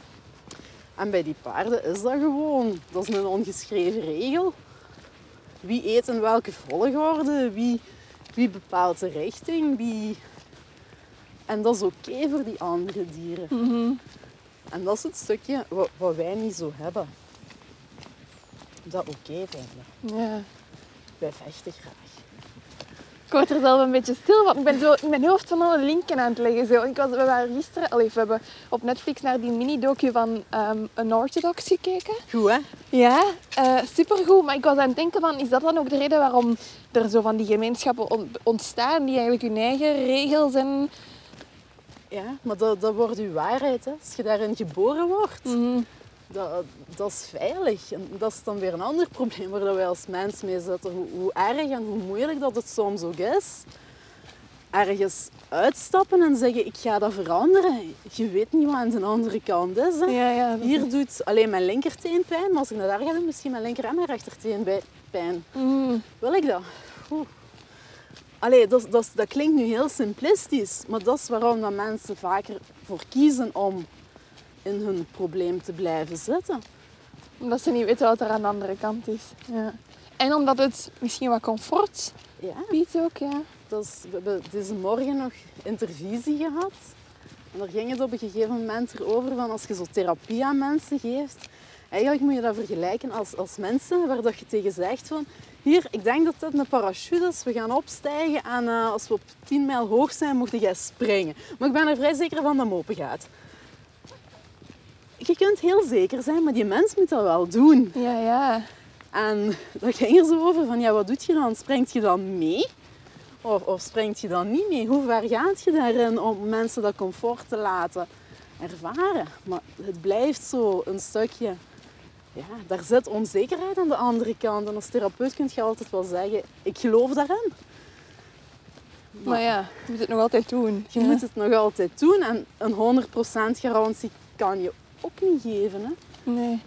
En bij die paarden is dat gewoon. Dat is een ongeschreven regel. Wie eet in welke volgorde, wie, wie bepaalt de richting, wie... En dat is oké voor die andere dieren. Mm-hmm. En dat is het stukje wat, wat wij niet zo hebben. Dat oké vinden. Ja. Wij vechten graag. Ik word er zelf een beetje stil van. Ik ben zo in mijn hoofd van alle linken aan het leggen. Zo. Ik was, we waren gisteren, allee, we hebben op Netflix naar die mini-docu van um, Unorthodox gekeken. Goed, hè? Ja, uh, supergoed. Maar ik was aan het denken van, is dat dan ook de reden waarom er zo van die gemeenschappen on- ontstaan die eigenlijk hun eigen regels en... Ja, maar dat, dat wordt uw waarheid, hè. Als je daarin geboren wordt, Mm-hmm. dat, dat is veilig. En dat is dan weer een ander probleem waar wij als mens mee zitten. Hoe, hoe erg en hoe moeilijk dat het soms ook is. Ergens uitstappen en zeggen, ik ga dat veranderen. Je weet niet wat aan de andere kant is. Hè. Ja, ja, dat is- Hier doet alleen mijn linkerteen pijn, maar als ik naar daar ga doen, misschien mijn linker en mijn rechterteen bij- pijn. Mm. Wil ik dat? Oeh. Allee, dat, dat, dat klinkt nu heel simplistisch, maar dat is waarom dat mensen vaker voor kiezen om in hun probleem te blijven zitten. Omdat ze niet weten wat er aan de andere kant is. Ja. En omdat het misschien wat comfort Ja, biedt ook, ja. dat is, we hebben deze morgen nog intervisie gehad. En daar ging het op een gegeven moment erover van als je zo therapie aan mensen geeft. Eigenlijk moet je dat vergelijken als, als mensen waar dat je tegen zegt van... Hier, ik denk dat dit een parachute is. We gaan opstijgen en uh, als we op tien mijl hoog zijn, mocht jij springen. Maar ik ben er vrij zeker van dat het open gaat. Je kunt heel zeker zijn, maar die mens moet dat wel doen. Ja, ja. En dat ging er zo over van, ja, wat doe je dan? Springt je dan mee? Of, of springt je dan niet mee? Hoe ver gaat je daarin om mensen dat comfort te laten ervaren? Maar het blijft zo een stukje... Ja, daar zit onzekerheid aan de andere kant. En als therapeut kun je altijd wel zeggen, ik geloof daarin. Maar ja, je moet het nog altijd doen. Je Ja. moet het nog altijd doen. En een honderd procent garantie kan je ook niet geven. Hè? Nee.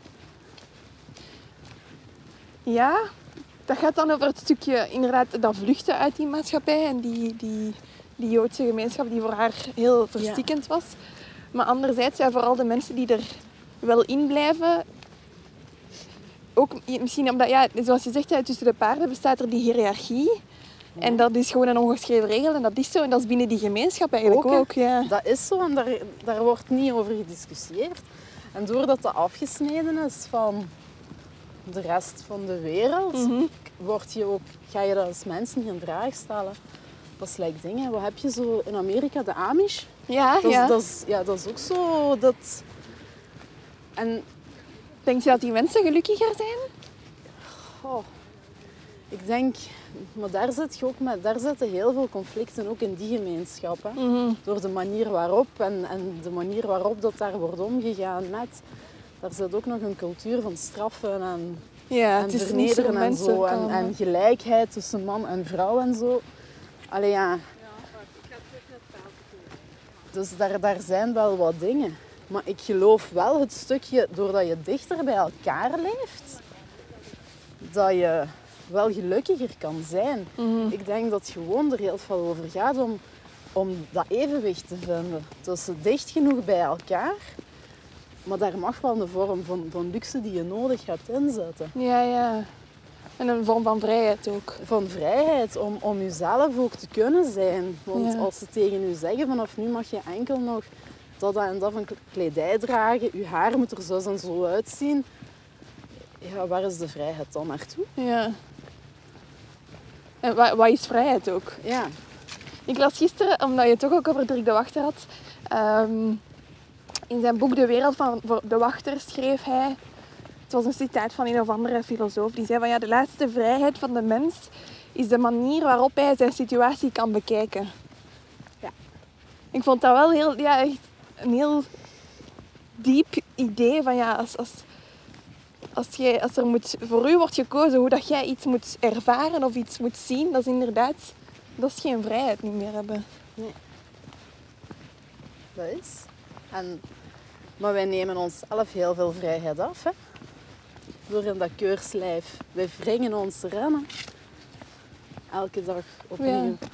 Ja, dat gaat dan over het stukje inderdaad dat vluchten uit die maatschappij en die, die, die Joodse gemeenschap die voor haar heel verstikkend was. Maar anderzijds, ja, vooral de mensen die er wel in blijven, ook misschien omdat, ja, zoals je zegt, ja, tussen de paarden bestaat er die hiërarchie. Ja. En dat is gewoon een ongeschreven regel en dat is zo. En dat is binnen die gemeenschap eigenlijk Ook, ook. hè. Ja. Dat is zo en daar, daar wordt niet over gediscussieerd. En doordat dat afgesneden is van de rest van de wereld, Mhm. word je ook, ga je dat als mens niet in vraag stellen. Dat is like dingen. Wat heb je zo in Amerika? De Amish? Ja, Dat is, ja. dat is, ja, dat is ook zo. Dat... En Denk je dat die mensen gelukkiger zijn? oh, ik denk, maar daar, zit je ook met, daar zitten heel veel conflicten ook in die gemeenschap. Hè? Mhm. Door de manier waarop en, en de manier waarop dat daar wordt omgegaan met. Daar zit ook nog een cultuur van straffen en, Ja, en het is niet zo vernederen en zo. En, menselijk en gelijkheid tussen man en vrouw en zo. Allee ja. Dus daar, daar zijn wel wat dingen. Maar ik geloof wel het stukje, doordat je dichter bij elkaar leeft, dat je wel gelukkiger kan zijn. Mhm. Ik denk dat het gewoon er heel veel over gaat om, om dat evenwicht te vinden. Tussen dicht genoeg bij elkaar, maar daar mag wel een vorm van, van luxe die je nodig hebt inzetten. Ja, ja. En een vorm van vrijheid ook. Van vrijheid, om, om jezelf ook te kunnen zijn. Want Ja. als ze tegen u zeggen, vanaf nu mag je enkel nog dat en dat van kledij dragen, je haar moet er zo en zo uitzien. Ja, waar is de vrijheid dan naartoe? Ja. En wa- wat is vrijheid ook? Ja, Ik las gisteren, omdat je het toch ook over Dirk de Wachter had, ehm, in zijn boek De Wereld van de Wachter schreef hij, het was een citaat van een of andere filosoof, die zei van ja, de laatste vrijheid van de mens is de manier waarop hij zijn situatie kan bekijken. Ja. Ik vond dat wel heel, ja, echt een heel diep idee van ja, als, als, als, jij, als er moet, voor u wordt gekozen hoe dat jij iets moet ervaren of iets moet zien, dat is inderdaad, dat is geen vrijheid niet meer hebben. Nee. Dat is. En, maar wij nemen onszelf heel veel vrijheid af. Hè? Door in dat keurslijf. Wij wringen ons rennen. Elke dag opnieuw. Ja.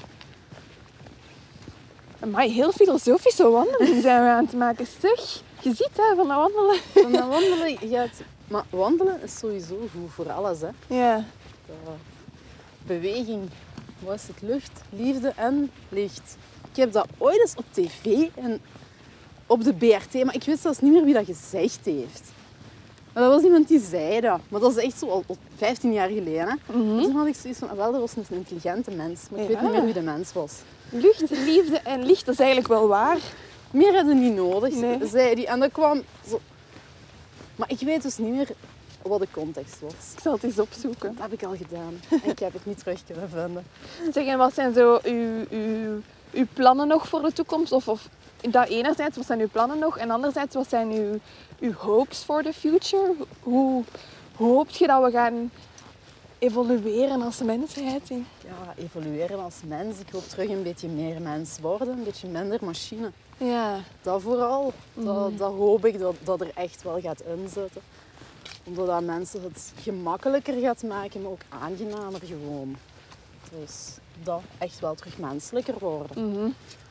Maar heel filosofische wandeling zijn we aan het maken. Zeg, je ziet hè, van dat wandelen. Van dat wandelen gaat... Maar wandelen is sowieso goed voor alles. Hè? Ja. Uh, beweging. Wat is het? Lucht, liefde en licht. Ik heb dat ooit eens op tv en op de B R T, maar ik wist zelfs niet meer wie dat gezegd heeft. Maar dat was iemand die zei dat. Maar dat is echt zo al, al vijftien jaar geleden. Hè? Mm-hmm. Toen had ik zoiets van, wel, dat was een intelligente mens. Maar ik Ja. weet niet meer wie de mens was. Lucht, liefde en licht, dat is eigenlijk wel waar. Meer hadden die nodig, Nee. zei die. En dat kwam zo... Maar ik weet dus niet meer wat de context was. Ik zal het eens opzoeken. Dat heb ik al gedaan. En ik heb het niet terug kunnen vinden. Zeg, en wat zijn zo uw, uw, uw plannen nog voor de toekomst? Of, of dat enerzijds, wat zijn uw plannen nog? En anderzijds, wat zijn uw, uw hopes for the future? Hoe, hoe hoopt je dat we gaan evolueren als mensheid? Hè? Ja, evolueren als mens. Ik hoop terug een beetje meer mens worden. Een beetje minder machine. Ja. Dat vooral. Dat, dat hoop ik dat, dat er echt wel gaat inzetten. Omdat dat mensen het gemakkelijker gaat maken, maar ook aangenamer gewoon. Dus dat echt wel terug menselijker worden. Mm-hmm.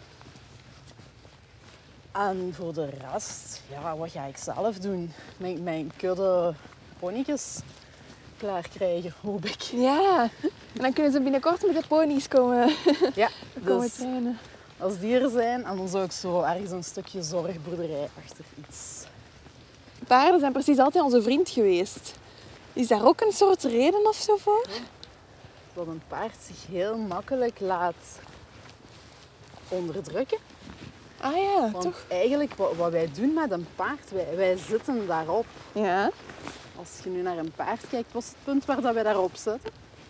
En voor de rest, ja, wat ga ik zelf doen? Mijn, mijn kudde ponietjes klaar krijgen, hoop ik. Ja. En dan kunnen ze binnenkort met de ponies komen, Ja, komen dus trainen. als die er zijn, en dan zou ik zo ergens een stukje zorgboerderij achter iets. Paarden zijn precies altijd onze vriend geweest. Is daar ook een soort reden of zo voor? Dat een paard zich heel makkelijk laat onderdrukken. Ah ja, Want toch? eigenlijk wat, wat wij doen met een paard, wij, wij zitten daarop. Ja. Als je nu naar een paard kijkt, wat is het punt waar dat wij daarop zitten?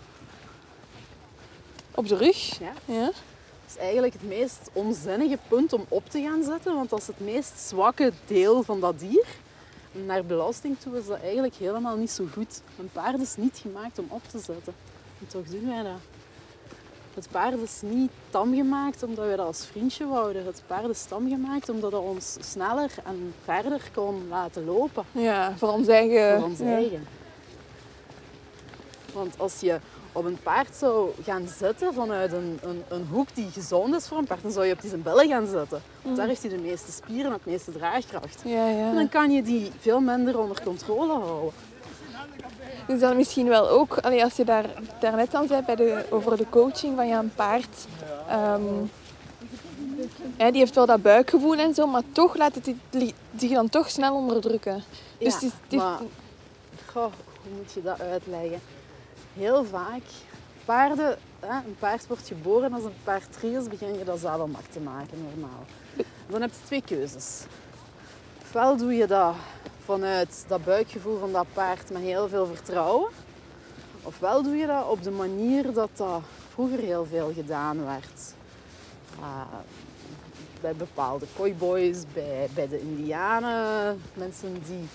Op de rug? Ja. Ja. Dat is eigenlijk het meest onzinnige punt om op te gaan zetten, want dat is het meest zwakke deel van dat dier. En naar belasting toe is dat eigenlijk helemaal niet zo goed. Een paard is niet gemaakt om op te zetten. En toch doen wij dat. Het paard is niet tam gemaakt omdat wij dat als vriendje wouden. Het paard is tam gemaakt omdat dat ons sneller en verder kon laten lopen. Ja, voor ons eigen... Voor ons ja. eigen. Want als je op een paard zou gaan zitten vanuit een, een, een hoek die gezond is voor een paard, dan zou je op die zijn billen gaan zitten. Want daar heeft hij de meeste spieren en het meeste draagkracht. Ja, En ja. dan kan je die veel minder onder controle houden. Dus dan misschien wel ook, allee, als je daar, daarnet al zei bij de, over de coaching van ja, een paard, ehm, hè, die heeft wel dat buikgevoel en zo, maar toch laat het die- zich dan toch snel onderdrukken. Dus Ja, het is, het is- maar goh, hoe moet je dat uitleggen? Heel vaak, paarden, hè, een paard wordt geboren, als een paard drie is, begin je dat zadelmak te maken normaal. Dan heb je twee keuzes. Ofwel doe je dat vanuit dat buikgevoel van dat paard met heel veel vertrouwen. Ofwel doe je dat op de manier dat dat vroeger heel veel gedaan werd. Uh, bij bepaalde cowboys, bij, bij de indianen, mensen die...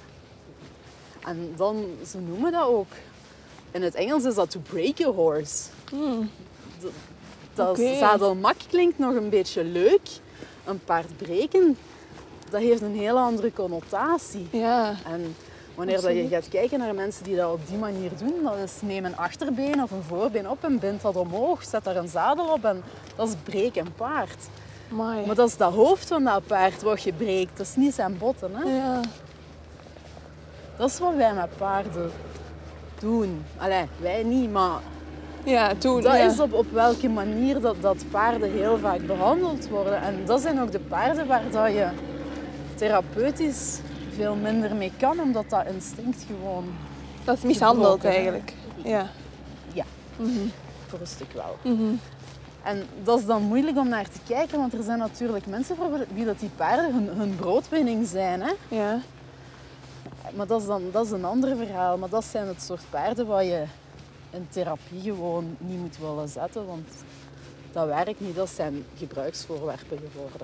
En dan, ze noemen dat ook. In het Engels is dat to break a horse. Hmm. Dat, dat Oké. zadelmak klinkt nog een beetje leuk. Een paard breken, dat heeft een hele andere connotatie. ja. En wanneer dat je Absoluut. gaat kijken naar mensen die dat op die manier doen, dat is neem een achterbeen of een voorbeen op en bind dat omhoog, zet daar een zadel op en dat is breek een paard. Amai. Maar dat is dat hoofd van dat paard wat je breekt, dat is niet zijn botten. Hè? Ja. Dat is wat wij met paarden doen. Allee, wij niet, maar Ja, toen. dat ja. is op, op welke manier dat, dat paarden heel vaak behandeld worden. En dat zijn ook de paarden waar dat je therapeutisch veel minder mee kan, omdat dat instinct gewoon Dat is mishandeld gebroken, hè. eigenlijk. Ja. Ja, voor een stuk wel. Mhm. En dat is dan moeilijk om naar te kijken, want er zijn natuurlijk mensen voor wie dat die paarden hun, hun broodwinning zijn. Hè? Ja. Maar dat is dan dat is een ander verhaal. Maar dat zijn het soort paarden waar je in therapie gewoon niet moet willen zetten. Want dat werkt niet. Dat zijn gebruiksvoorwerpen geworden.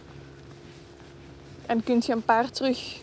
En kun je een paard terug...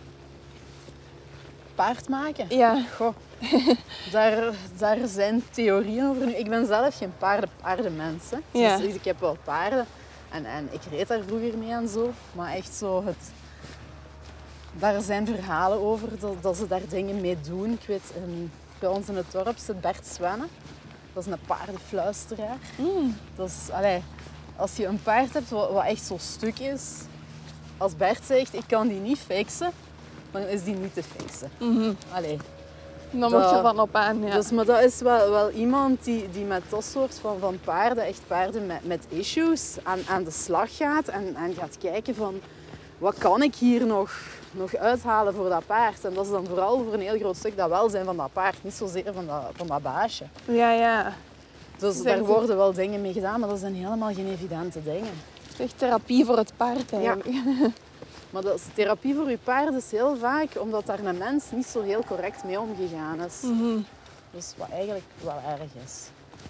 Paard maken? Ja. Goh, daar, daar zijn theorieën over. Nu, ik ben zelf geen paarden, paardenmens. Hè. Ja. Dus ik heb wel paarden. En, en ik reed daar vroeger mee en zo. Maar echt zo het... Daar zijn verhalen over dat, dat ze daar dingen mee doen. Ik weet, in, bij ons in het dorp zit Bert Zwenne. Dat is een paardenfluisteraar. Mm. Dat is, allee, als je een paard hebt wat, wat echt zo stuk is... Als Bert zegt, ik kan die niet fixen, dan is die niet te fixen. Mm-hmm. Allee. Dan Dat- moet je van op aan, ja. Dus, maar dat is wel, wel iemand die, die met dat soort van, van paarden, echt paarden met, met issues, aan, aan de slag gaat en, en gaat kijken van wat kan ik hier nog, nog uithalen voor dat paard. En dat is dan vooral voor een heel groot stuk dat welzijn van dat paard, niet zozeer van dat, van dat baasje. Ja, ja. Dus Zeg daar je- worden wel dingen mee gedaan, maar dat zijn helemaal geen evidente dingen. Het is echt therapie voor het paard eigenlijk. Maar dat is, therapie voor je paard is heel vaak omdat daar een mens niet zo heel correct mee omgegaan is. Mhm. Dus wat eigenlijk wel erg is.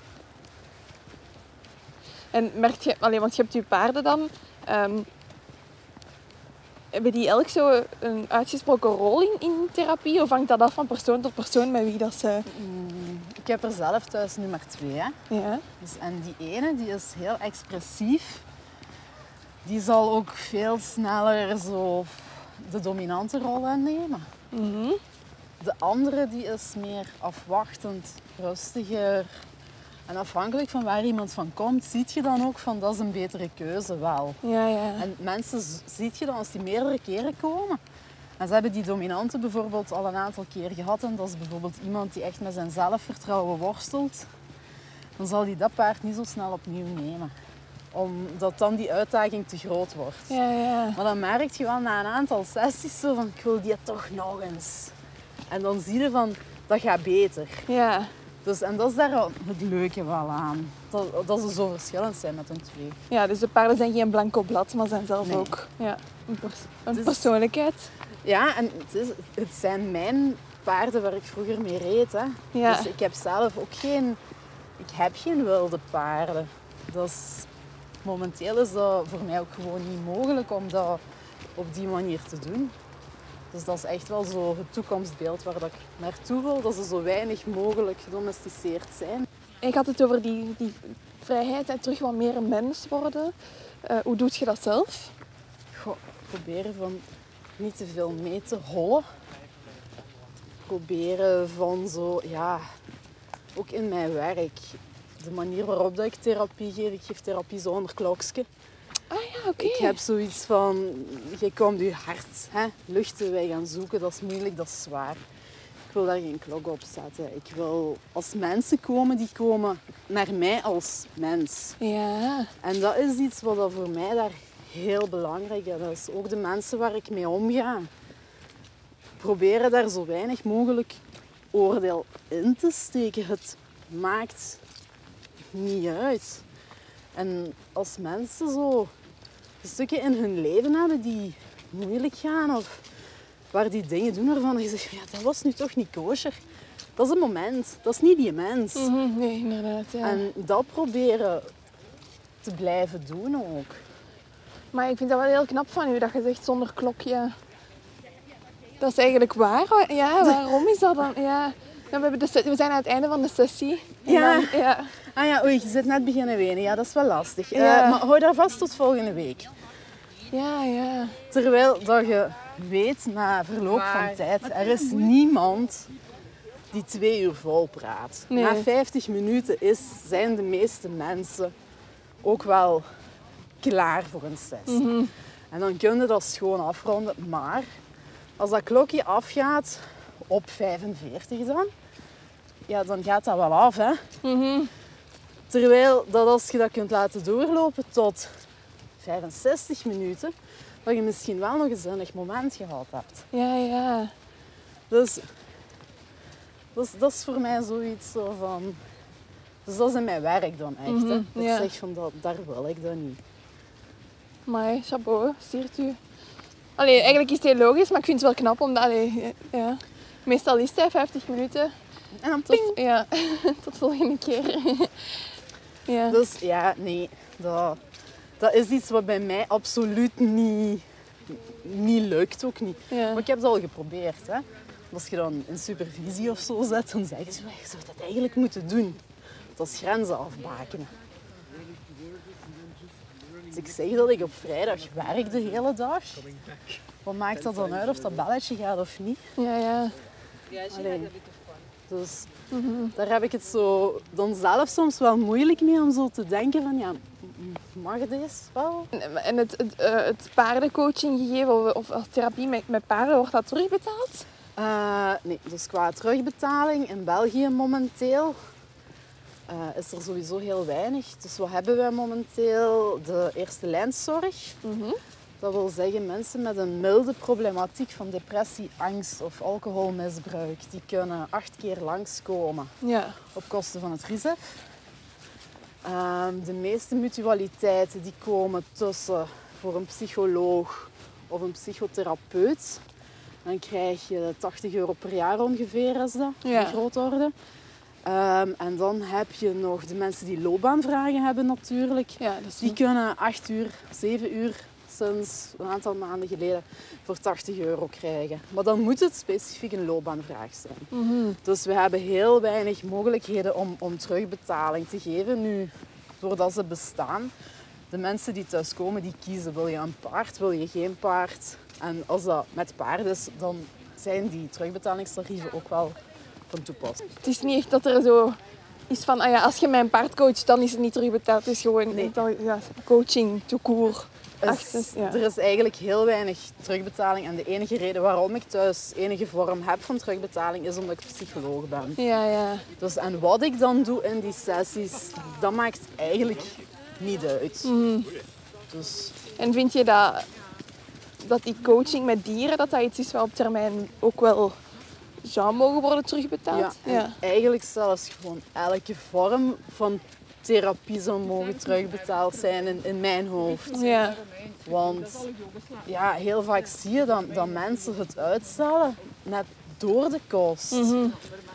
En merk je, allee, want je hebt je paarden dan, ehm, hebben die elk zo een uitgesproken rol in, in therapie? Of hangt dat af van persoon tot persoon met wie dat ze... Mm, ik heb er zelf thuis nu maar twee. Hè. Ja. Dus, en die ene die is heel expressief. Die zal ook veel sneller zo de dominante rol innemen. Mhm. De andere die is meer afwachtend, rustiger. En afhankelijk van waar iemand van komt, zie je dan ook van dat is een betere keuze wel. Ja, ja. En mensen z- ziet je dan als die meerdere keren komen. En ze hebben die dominante bijvoorbeeld al een aantal keer gehad. En dat is bijvoorbeeld iemand die echt met zijn zelfvertrouwen worstelt. Dan zal die dat paard niet zo snel opnieuw nemen. Omdat dan die uitdaging te groot wordt. Ja, ja. Maar dan merk je wel na een aantal sessies zo van, ik wil die toch nog eens. En dan zie je van, dat gaat beter. Ja. Dus, en dat is daar wel het leuke wel aan. Dat, dat ze zo verschillend zijn met hun twee. Ja, dus de paarden zijn geen blanco blad, maar zijn zelf Nee. ook ja, een, pers- een Dus- persoonlijkheid. Ja, en het, is, het zijn mijn paarden waar ik vroeger mee reed. Hè. Ja. Dus ik heb zelf ook geen... Ik heb geen wilde paarden. Dat is, momenteel is dat voor mij ook gewoon niet mogelijk om dat op die manier te doen. Dus dat is echt wel zo het toekomstbeeld waar dat ik naartoe wil. Dat ze zo weinig mogelijk gedomesticeerd zijn. Ik had het over die, die vrijheid en terug wat meer een mens worden. Eh, hoe doe je dat zelf? Goh, proberen van niet te veel mee te hollen. Proberen van zo, ja, ook in mijn werk. De manier waarop dat ik therapie geef, ik geef therapie zo onder klokje. Ah ja, oké. Ik heb zoiets van, je komt je hart, hè, luchten wij gaan zoeken, dat is moeilijk, dat is zwaar. Ik wil daar geen klok op zetten. Ik wil, als mensen komen, die komen naar mij als mens. Ja. En dat is iets wat dat voor mij daar heel belangrijk is. Dat is ook de mensen waar ik mee omga. Proberen daar zo weinig mogelijk oordeel in te steken. Het maakt niet uit. En als mensen zo stukken in hun leven hebben die moeilijk gaan of waar die dingen doen waarvan je zegt, ja, dat was nu toch niet kosher. Dat is een moment, dat is niet die mens. Mhm, nee, inderdaad. Ja. En dat proberen te blijven doen ook. Maar ik vind dat wel heel knap van u, dat je zegt zonder klokje. Dat is eigenlijk waar. Ja, waarom is dat dan? Ja. Ja, we, hebben de, se- we zijn aan het einde van de sessie. En Ja. Dan, ja. Ah ja, oei, je zit net beginnen wenen. Ja, dat is wel lastig. Eh, Ja. maar hou daar vast tot volgende week. Ja, ja. Terwijl dat je weet, na verloop van tijd, er is niemand die twee uur vol praat. Nee. Na vijftig minuten is, zijn de meeste mensen ook wel klaar voor een sessie. Mhm. En dan kun je dat schoon afronden. Maar als dat klokje afgaat op vijfenveertig dan, ja, dan gaat dat wel af, hè. Mhm. Terwijl dat als je dat kunt laten doorlopen tot vijfenzestig minuten, dat je misschien wel nog een zinnig moment gehad hebt. Ja, ja. Dus dat is, dat is voor mij zoiets zo van... Dus dat is in mijn werk dan echt. Mhm, hè. Dat ja. ik zeg van, dat, daar wil ik dat niet. Maar chapeau, siert u. Allee, eigenlijk is het heel logisch, maar ik vind het wel knap omdat... Allee, ja. Meestal is het hè, vijftig minuten. En dan Tot, ping! ja, tot volgende keer. Ja. Dus ja, nee. Dat, dat is iets wat bij mij absoluut niet, niet lukt. Ook niet. Ja. Maar ik heb het al geprobeerd. Hè. Als je dan in supervisie of zo zet, dan zeggen ze, je zou dat eigenlijk moeten doen. Dat is grenzen afbakenen. Dus ik zeg dat ik op vrijdag werk de hele dag. Wat maakt dat dan uit of dat belletje gaat of niet? Ja, ja. Allee. Dus mm-hmm. daar heb ik het zo dan zelf soms wel moeilijk mee om zo te denken van ja, mag deze wel? En het, het, uh, het paardencoaching gegeven of als therapie met, met paarden, wordt dat terugbetaald? Uh, nee, dus qua terugbetaling in België momenteel uh, is er sowieso heel weinig. Dus wat hebben wij momenteel? De eerste lijnszorg. Mm-hmm. Dat wil zeggen mensen met een milde problematiek van depressie, angst of alcoholmisbruik. Die kunnen acht keer langskomen Ja. op kosten van het R I Z E F. Um, de meeste mutualiteiten die komen tussen voor een psycholoog of een psychotherapeut. Dan krijg je tachtig euro per jaar ongeveer, is dat, Ja. in grootorde. Um, en dan heb je nog de mensen die loopbaanvragen hebben natuurlijk. Ja, dat is Die kunnen acht uur, zeven uur sinds een aantal maanden geleden voor tachtig euro krijgen. Maar dan moet het specifiek een loopbaanvraag zijn. Mm-hmm. Dus we hebben heel weinig mogelijkheden om, om terugbetaling te geven nu, doordat ze bestaan. De mensen die thuiskomen, die kiezen, wil je een paard, wil je geen paard. En als dat met paard is, dan zijn die terugbetalingstarieven ook wel van toepassing. Het is niet echt dat er zo is van, ah ja, als je mijn paard coacht, dan is het niet terugbetaald. Het is gewoon Nee. ja, coaching, tout court. Dus Achtens, ja. Er is eigenlijk heel weinig terugbetaling. En de enige reden waarom ik thuis enige vorm heb van terugbetaling is omdat ik psycholoog ben. Ja, ja. Dus, en wat ik dan doe in die sessies, dat maakt eigenlijk niet uit. Mm. Dus, En vind je dat, dat die coaching met dieren, dat dat iets is wat op termijn ook wel zou mogen worden terugbetaald? ja, en eigenlijk zelfs gewoon elke vorm van therapie zou mogen terugbetaald zijn in, in mijn hoofd. Ja. Want ja, heel vaak zie je dan dat mensen het uitstellen net door de kost. Mm-hmm.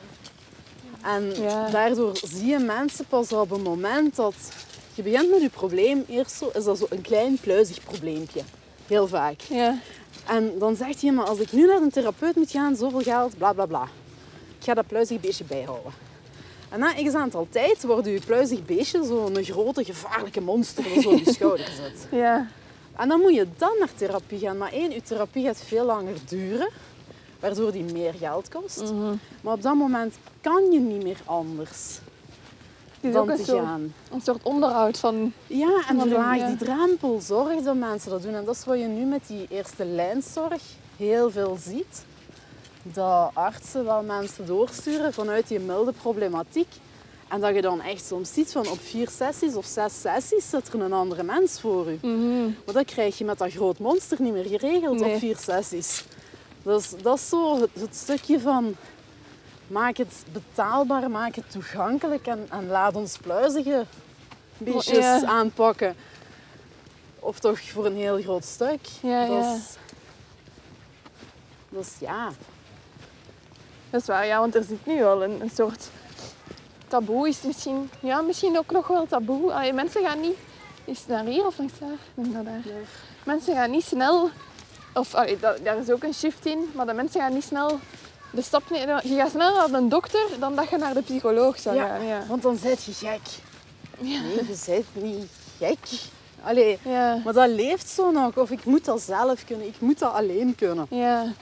En Ja. daardoor zie je mensen pas op een moment dat je begint met je probleem. Eerst zo, is dat zo een klein pluizig probleempje. Heel vaak. Ja. En dan zegt je, maar als ik nu naar een therapeut moet gaan, zoveel geld, bla bla bla. Ik ga dat pluizig beestje bijhouden. En na x aantal tijd wordt je pluizig beestje zo'n grote, gevaarlijke monster dat zo op je schouder zit. Ja. En dan moet je dan naar therapie gaan. Maar één, je therapie gaat veel langer duren, waardoor die meer geld kost. Mm-hmm. Maar op dat moment kan je niet meer anders Het is dan ook een, te zo, gaan. een soort onderhoud van... Ja, en Van de- verlaag ja. die drempel. Zorg dat mensen dat doen. En dat is wat je nu met die eerste lijnzorg heel veel ziet. Dat artsen wel mensen doorsturen vanuit die milde problematiek. En dat je dan echt soms ziet van op vier sessies of zes sessies zit er een andere mens voor je. Mm-hmm. Maar dat krijg je met dat groot monster niet meer geregeld Nee. op vier sessies. Dus dat is zo het, het stukje van maak het betaalbaar, maak het toegankelijk en, en laat ons pluizige beestjes Ja. aanpakken. Of toch voor een heel groot stuk. Ja, dat ja. is, dus ja. Dat is waar, ja, want er zit nu al een, een soort taboe. Is misschien, ja, misschien ook nog wel taboe. Allee, mensen gaan niet... Is het naar hier of langs daar? Nee, naar daar. Ja. Mensen gaan niet snel... Of, allee, da- daar is ook een shift in. Maar de mensen gaan niet snel... De stap nemen. Je gaat sneller naar een dokter dan dat je naar de psycholoog zou Ja. gaan. Ja. Want dan zit je gek. Ja. Nee, je bent niet gek. Allee, Ja. maar dat leeft zo nog. Of ik moet dat zelf kunnen, ik moet dat alleen kunnen. Ja.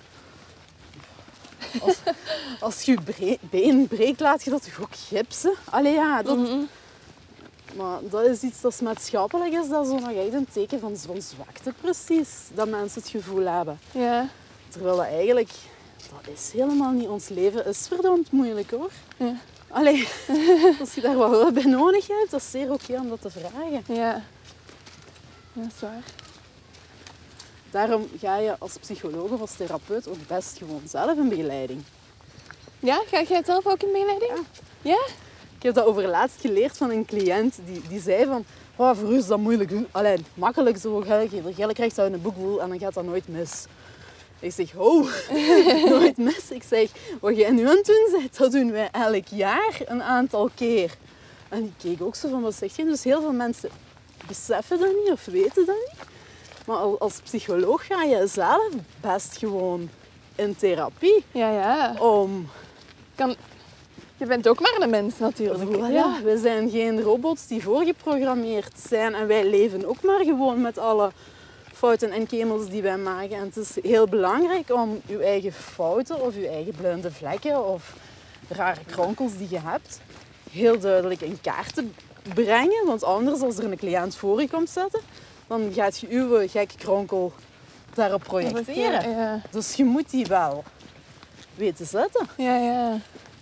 Als, als je je bre- been breekt, laat je dat toch ook gipsen? Allee ja, dat, Mhm. maar dat is iets dat maatschappelijk is. Dat is zo nog echt een teken van, van zwakte precies. Dat mensen het gevoel hebben. Ja. Terwijl dat eigenlijk, dat is helemaal niet. Ons leven is verdomd moeilijk hoor. Ja. Allee, als je daar wat hulp bij nodig hebt, dat is zeer oké om dat te vragen. Ja. Ja, dat is waar. Daarom ga je als psycholoog of als therapeut ook best gewoon zelf in begeleiding. Ja, ga jij zelf ook in begeleiding? Ja? Ik heb dat over laatst geleerd van een cliënt die, die zei van oh, voor u is dat moeilijk. Alleen makkelijk zo, gelijk, je gelijk krijgt dat in een boekvoel en dan gaat dat nooit mis. Ik zeg, oh, nooit mis. Ik zeg, wat jij nu aan het doen bent, dat doen wij elk jaar een aantal keer. En ik keek ook zo van, wat zegt je? Dus heel veel mensen beseffen dat niet of weten dat niet. Maar als psycholoog ga je zelf best gewoon in therapie. Ja, ja. Om... Kan... Je bent ook maar een mens natuurlijk. Voilà, Ja. we zijn geen robots die voorgeprogrammeerd zijn. En wij leven ook maar gewoon met alle fouten en kemels die wij maken. En het is heel belangrijk om je eigen fouten of je eigen blinde vlekken of rare kronkels die je hebt, heel duidelijk in kaart te brengen. Want anders, als er een cliënt voor je komt zetten, dan gaat je uw gekke kronkel daarop projecteren. Ja, Dus je moet die wel weten zetten. ja. ja.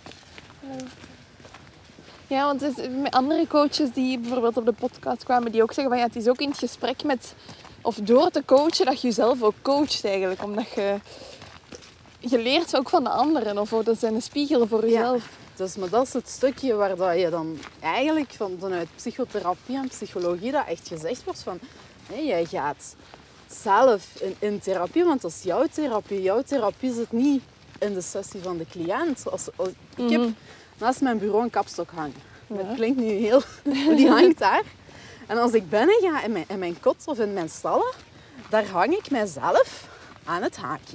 Ja, want het is met andere coaches die bijvoorbeeld op de podcast kwamen, die ook zeggen van ja, het is ook in het gesprek met, of door te coachen, dat je jezelf ook coacht eigenlijk. Omdat je, je leert ook van de anderen, of dat is een spiegel voor jezelf. Ja, dus, maar dat is het stukje waar dat je dan eigenlijk van, vanuit psychotherapie en psychologie dat echt gezegd wordt van, nee, jij gaat zelf in, in therapie, want dat is jouw therapie. Jouw therapie zit niet in de sessie van de cliënt. Als, als, ik heb naast mijn bureau een kapstok hangen. Ja. Dat klinkt nu heel... Die hangt daar. En als ik binnen ga in mijn, in mijn kot of in mijn stallen, daar hang ik mijzelf aan het haakje.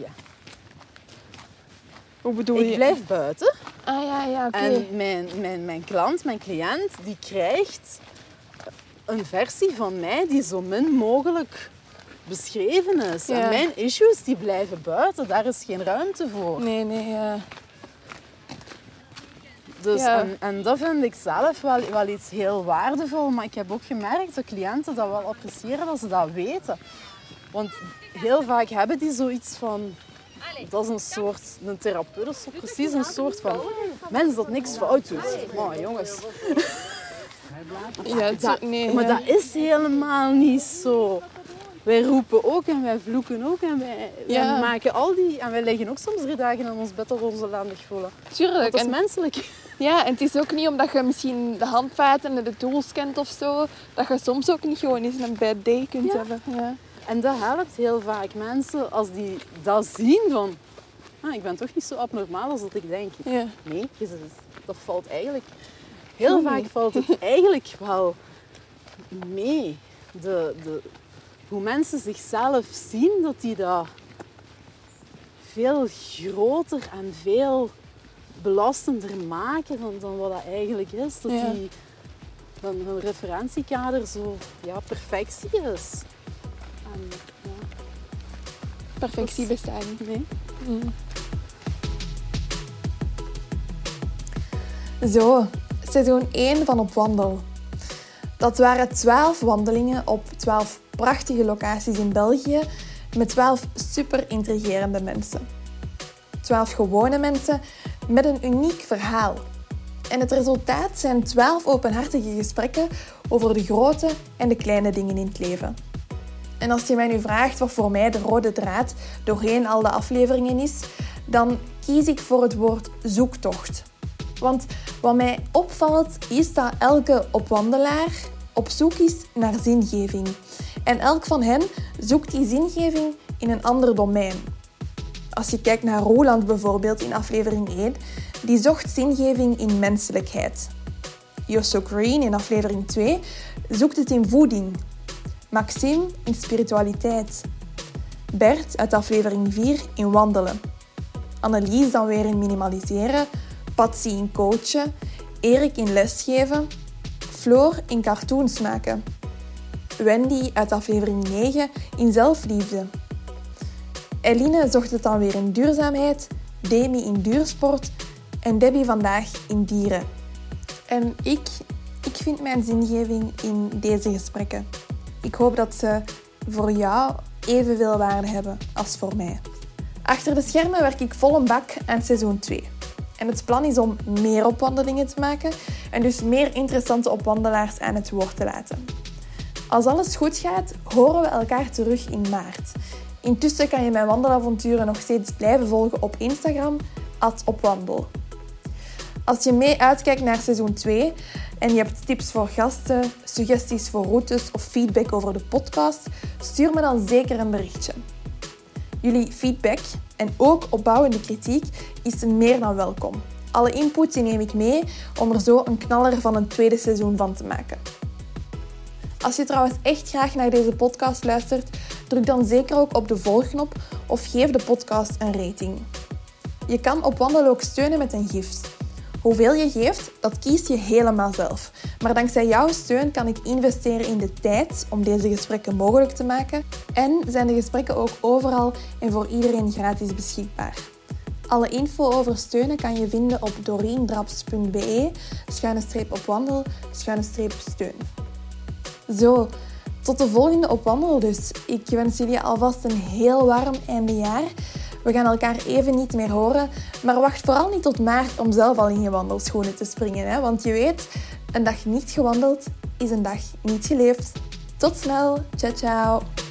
Hoe bedoel Ik je? blijf buiten. Ah ja, ja, oké. En mijn, mijn, mijn klant, mijn cliënt, die krijgt een versie van mij die zo min mogelijk beschreven is. Ja. En mijn issues die blijven buiten, daar is geen ruimte voor. Nee, nee, ja. Dus, Ja. en, en dat vind ik zelf wel, wel iets heel waardevol. Maar ik heb ook gemerkt dat cliënten dat wel appreciëren, dat ze dat weten. Want heel vaak hebben die zoiets van... Dat is een soort, een therapeut is zo precies een soort van mens dat niks fout doet. Maar jongens, Ja, het, dat, nee, maar ja. dat is helemaal niet zo. Wij roepen ook en wij vloeken ook en wij, wij Ja. maken al die... En wij liggen ook soms drie dagen in ons bed of ons ellendig voelen. Tuurlijk. Dat is En, menselijk. ja, en het is ook niet omdat je misschien de handvaten en de tools kent of zo, dat je soms ook niet gewoon eens een bad day kunt Ja. hebben. Ja. En dat helpt heel vaak mensen als die dat zien van... Ah, ik ben toch niet zo abnormaal als dat ik denk. Ja. Nee, jezus, dat valt eigenlijk... Heel Goed. vaak valt het eigenlijk wel mee. De, de, hoe mensen zichzelf zien, dat die dat veel groter en veel belastender maken dan, dan wat dat eigenlijk is. Dat Ja. die, dan hun referentiekader zo ja, perfectie is. En, ja, Perfectie bestaat niet. nee. Zo, seizoen één van Op Wandel. Dat waren twaalf wandelingen op twaalf prachtige locaties in België met twaalf super intrigerende mensen. twaalf gewone mensen met een uniek verhaal. En het resultaat zijn twaalf openhartige gesprekken over de grote en de kleine dingen in het leven. En als je mij nu vraagt wat voor mij de rode draad doorheen al de afleveringen is, dan kies ik voor het woord zoektocht. Want wat mij opvalt is dat elke opwandelaar op zoek is naar zingeving. En elk van hen zoekt die zingeving in een ander domein. Als je kijkt naar Roland bijvoorbeeld in aflevering één, die zocht zingeving in menselijkheid. Josso Green in aflevering twee zoekt het in voeding. Maxime in spiritualiteit. Bert uit aflevering vier in wandelen. Annelies dan weer in minimaliseren. Patsy in coachen. Erik in lesgeven. Floor in cartoons maken. Wendy uit aflevering negen in zelfliefde. Eline zocht het dan weer in duurzaamheid. Demi in duursport. En Debbie vandaag in dieren. En ik, ik vind mijn zingeving in deze gesprekken. Ik hoop dat ze voor jou evenveel waarde hebben als voor mij. Achter de schermen werk ik vol een bak aan seizoen twee. En het plan is om meer opwandelingen te maken en dus meer interessante opwandelaars aan het woord te laten. Als alles goed gaat, horen we elkaar terug in maart. Intussen kan je mijn wandelavonturen nog steeds blijven volgen op Instagram, at opwandel. Als je mee uitkijkt naar seizoen twee en je hebt tips voor gasten, suggesties voor routes of feedback over de podcast, stuur me dan zeker een berichtje. Jullie feedback en ook opbouwende kritiek is meer dan welkom. Alle input die neem ik mee om er zo een knaller van een tweede seizoen van te maken. Als je trouwens echt graag naar deze podcast luistert, druk dan zeker ook op de volgknop of geef de podcast een rating. Je kan Op Wandel ook steunen met een gift. Hoeveel je geeft, dat kies je helemaal zelf. Maar dankzij jouw steun kan ik investeren in de tijd om deze gesprekken mogelijk te maken. En zijn de gesprekken ook overal en voor iedereen gratis beschikbaar. Alle info over steunen kan je vinden op doriendraps.be schuine streep op wandel schuine streep steun. Zo, tot de volgende Op Wandel dus. Ik wens jullie alvast een heel warm eindejaar. We gaan elkaar even niet meer horen, maar wacht vooral niet tot maart om zelf al in je wandelschoenen te springen. Hè? Want je weet, een dag niet gewandeld is een dag niet geleefd. Tot snel, ciao ciao!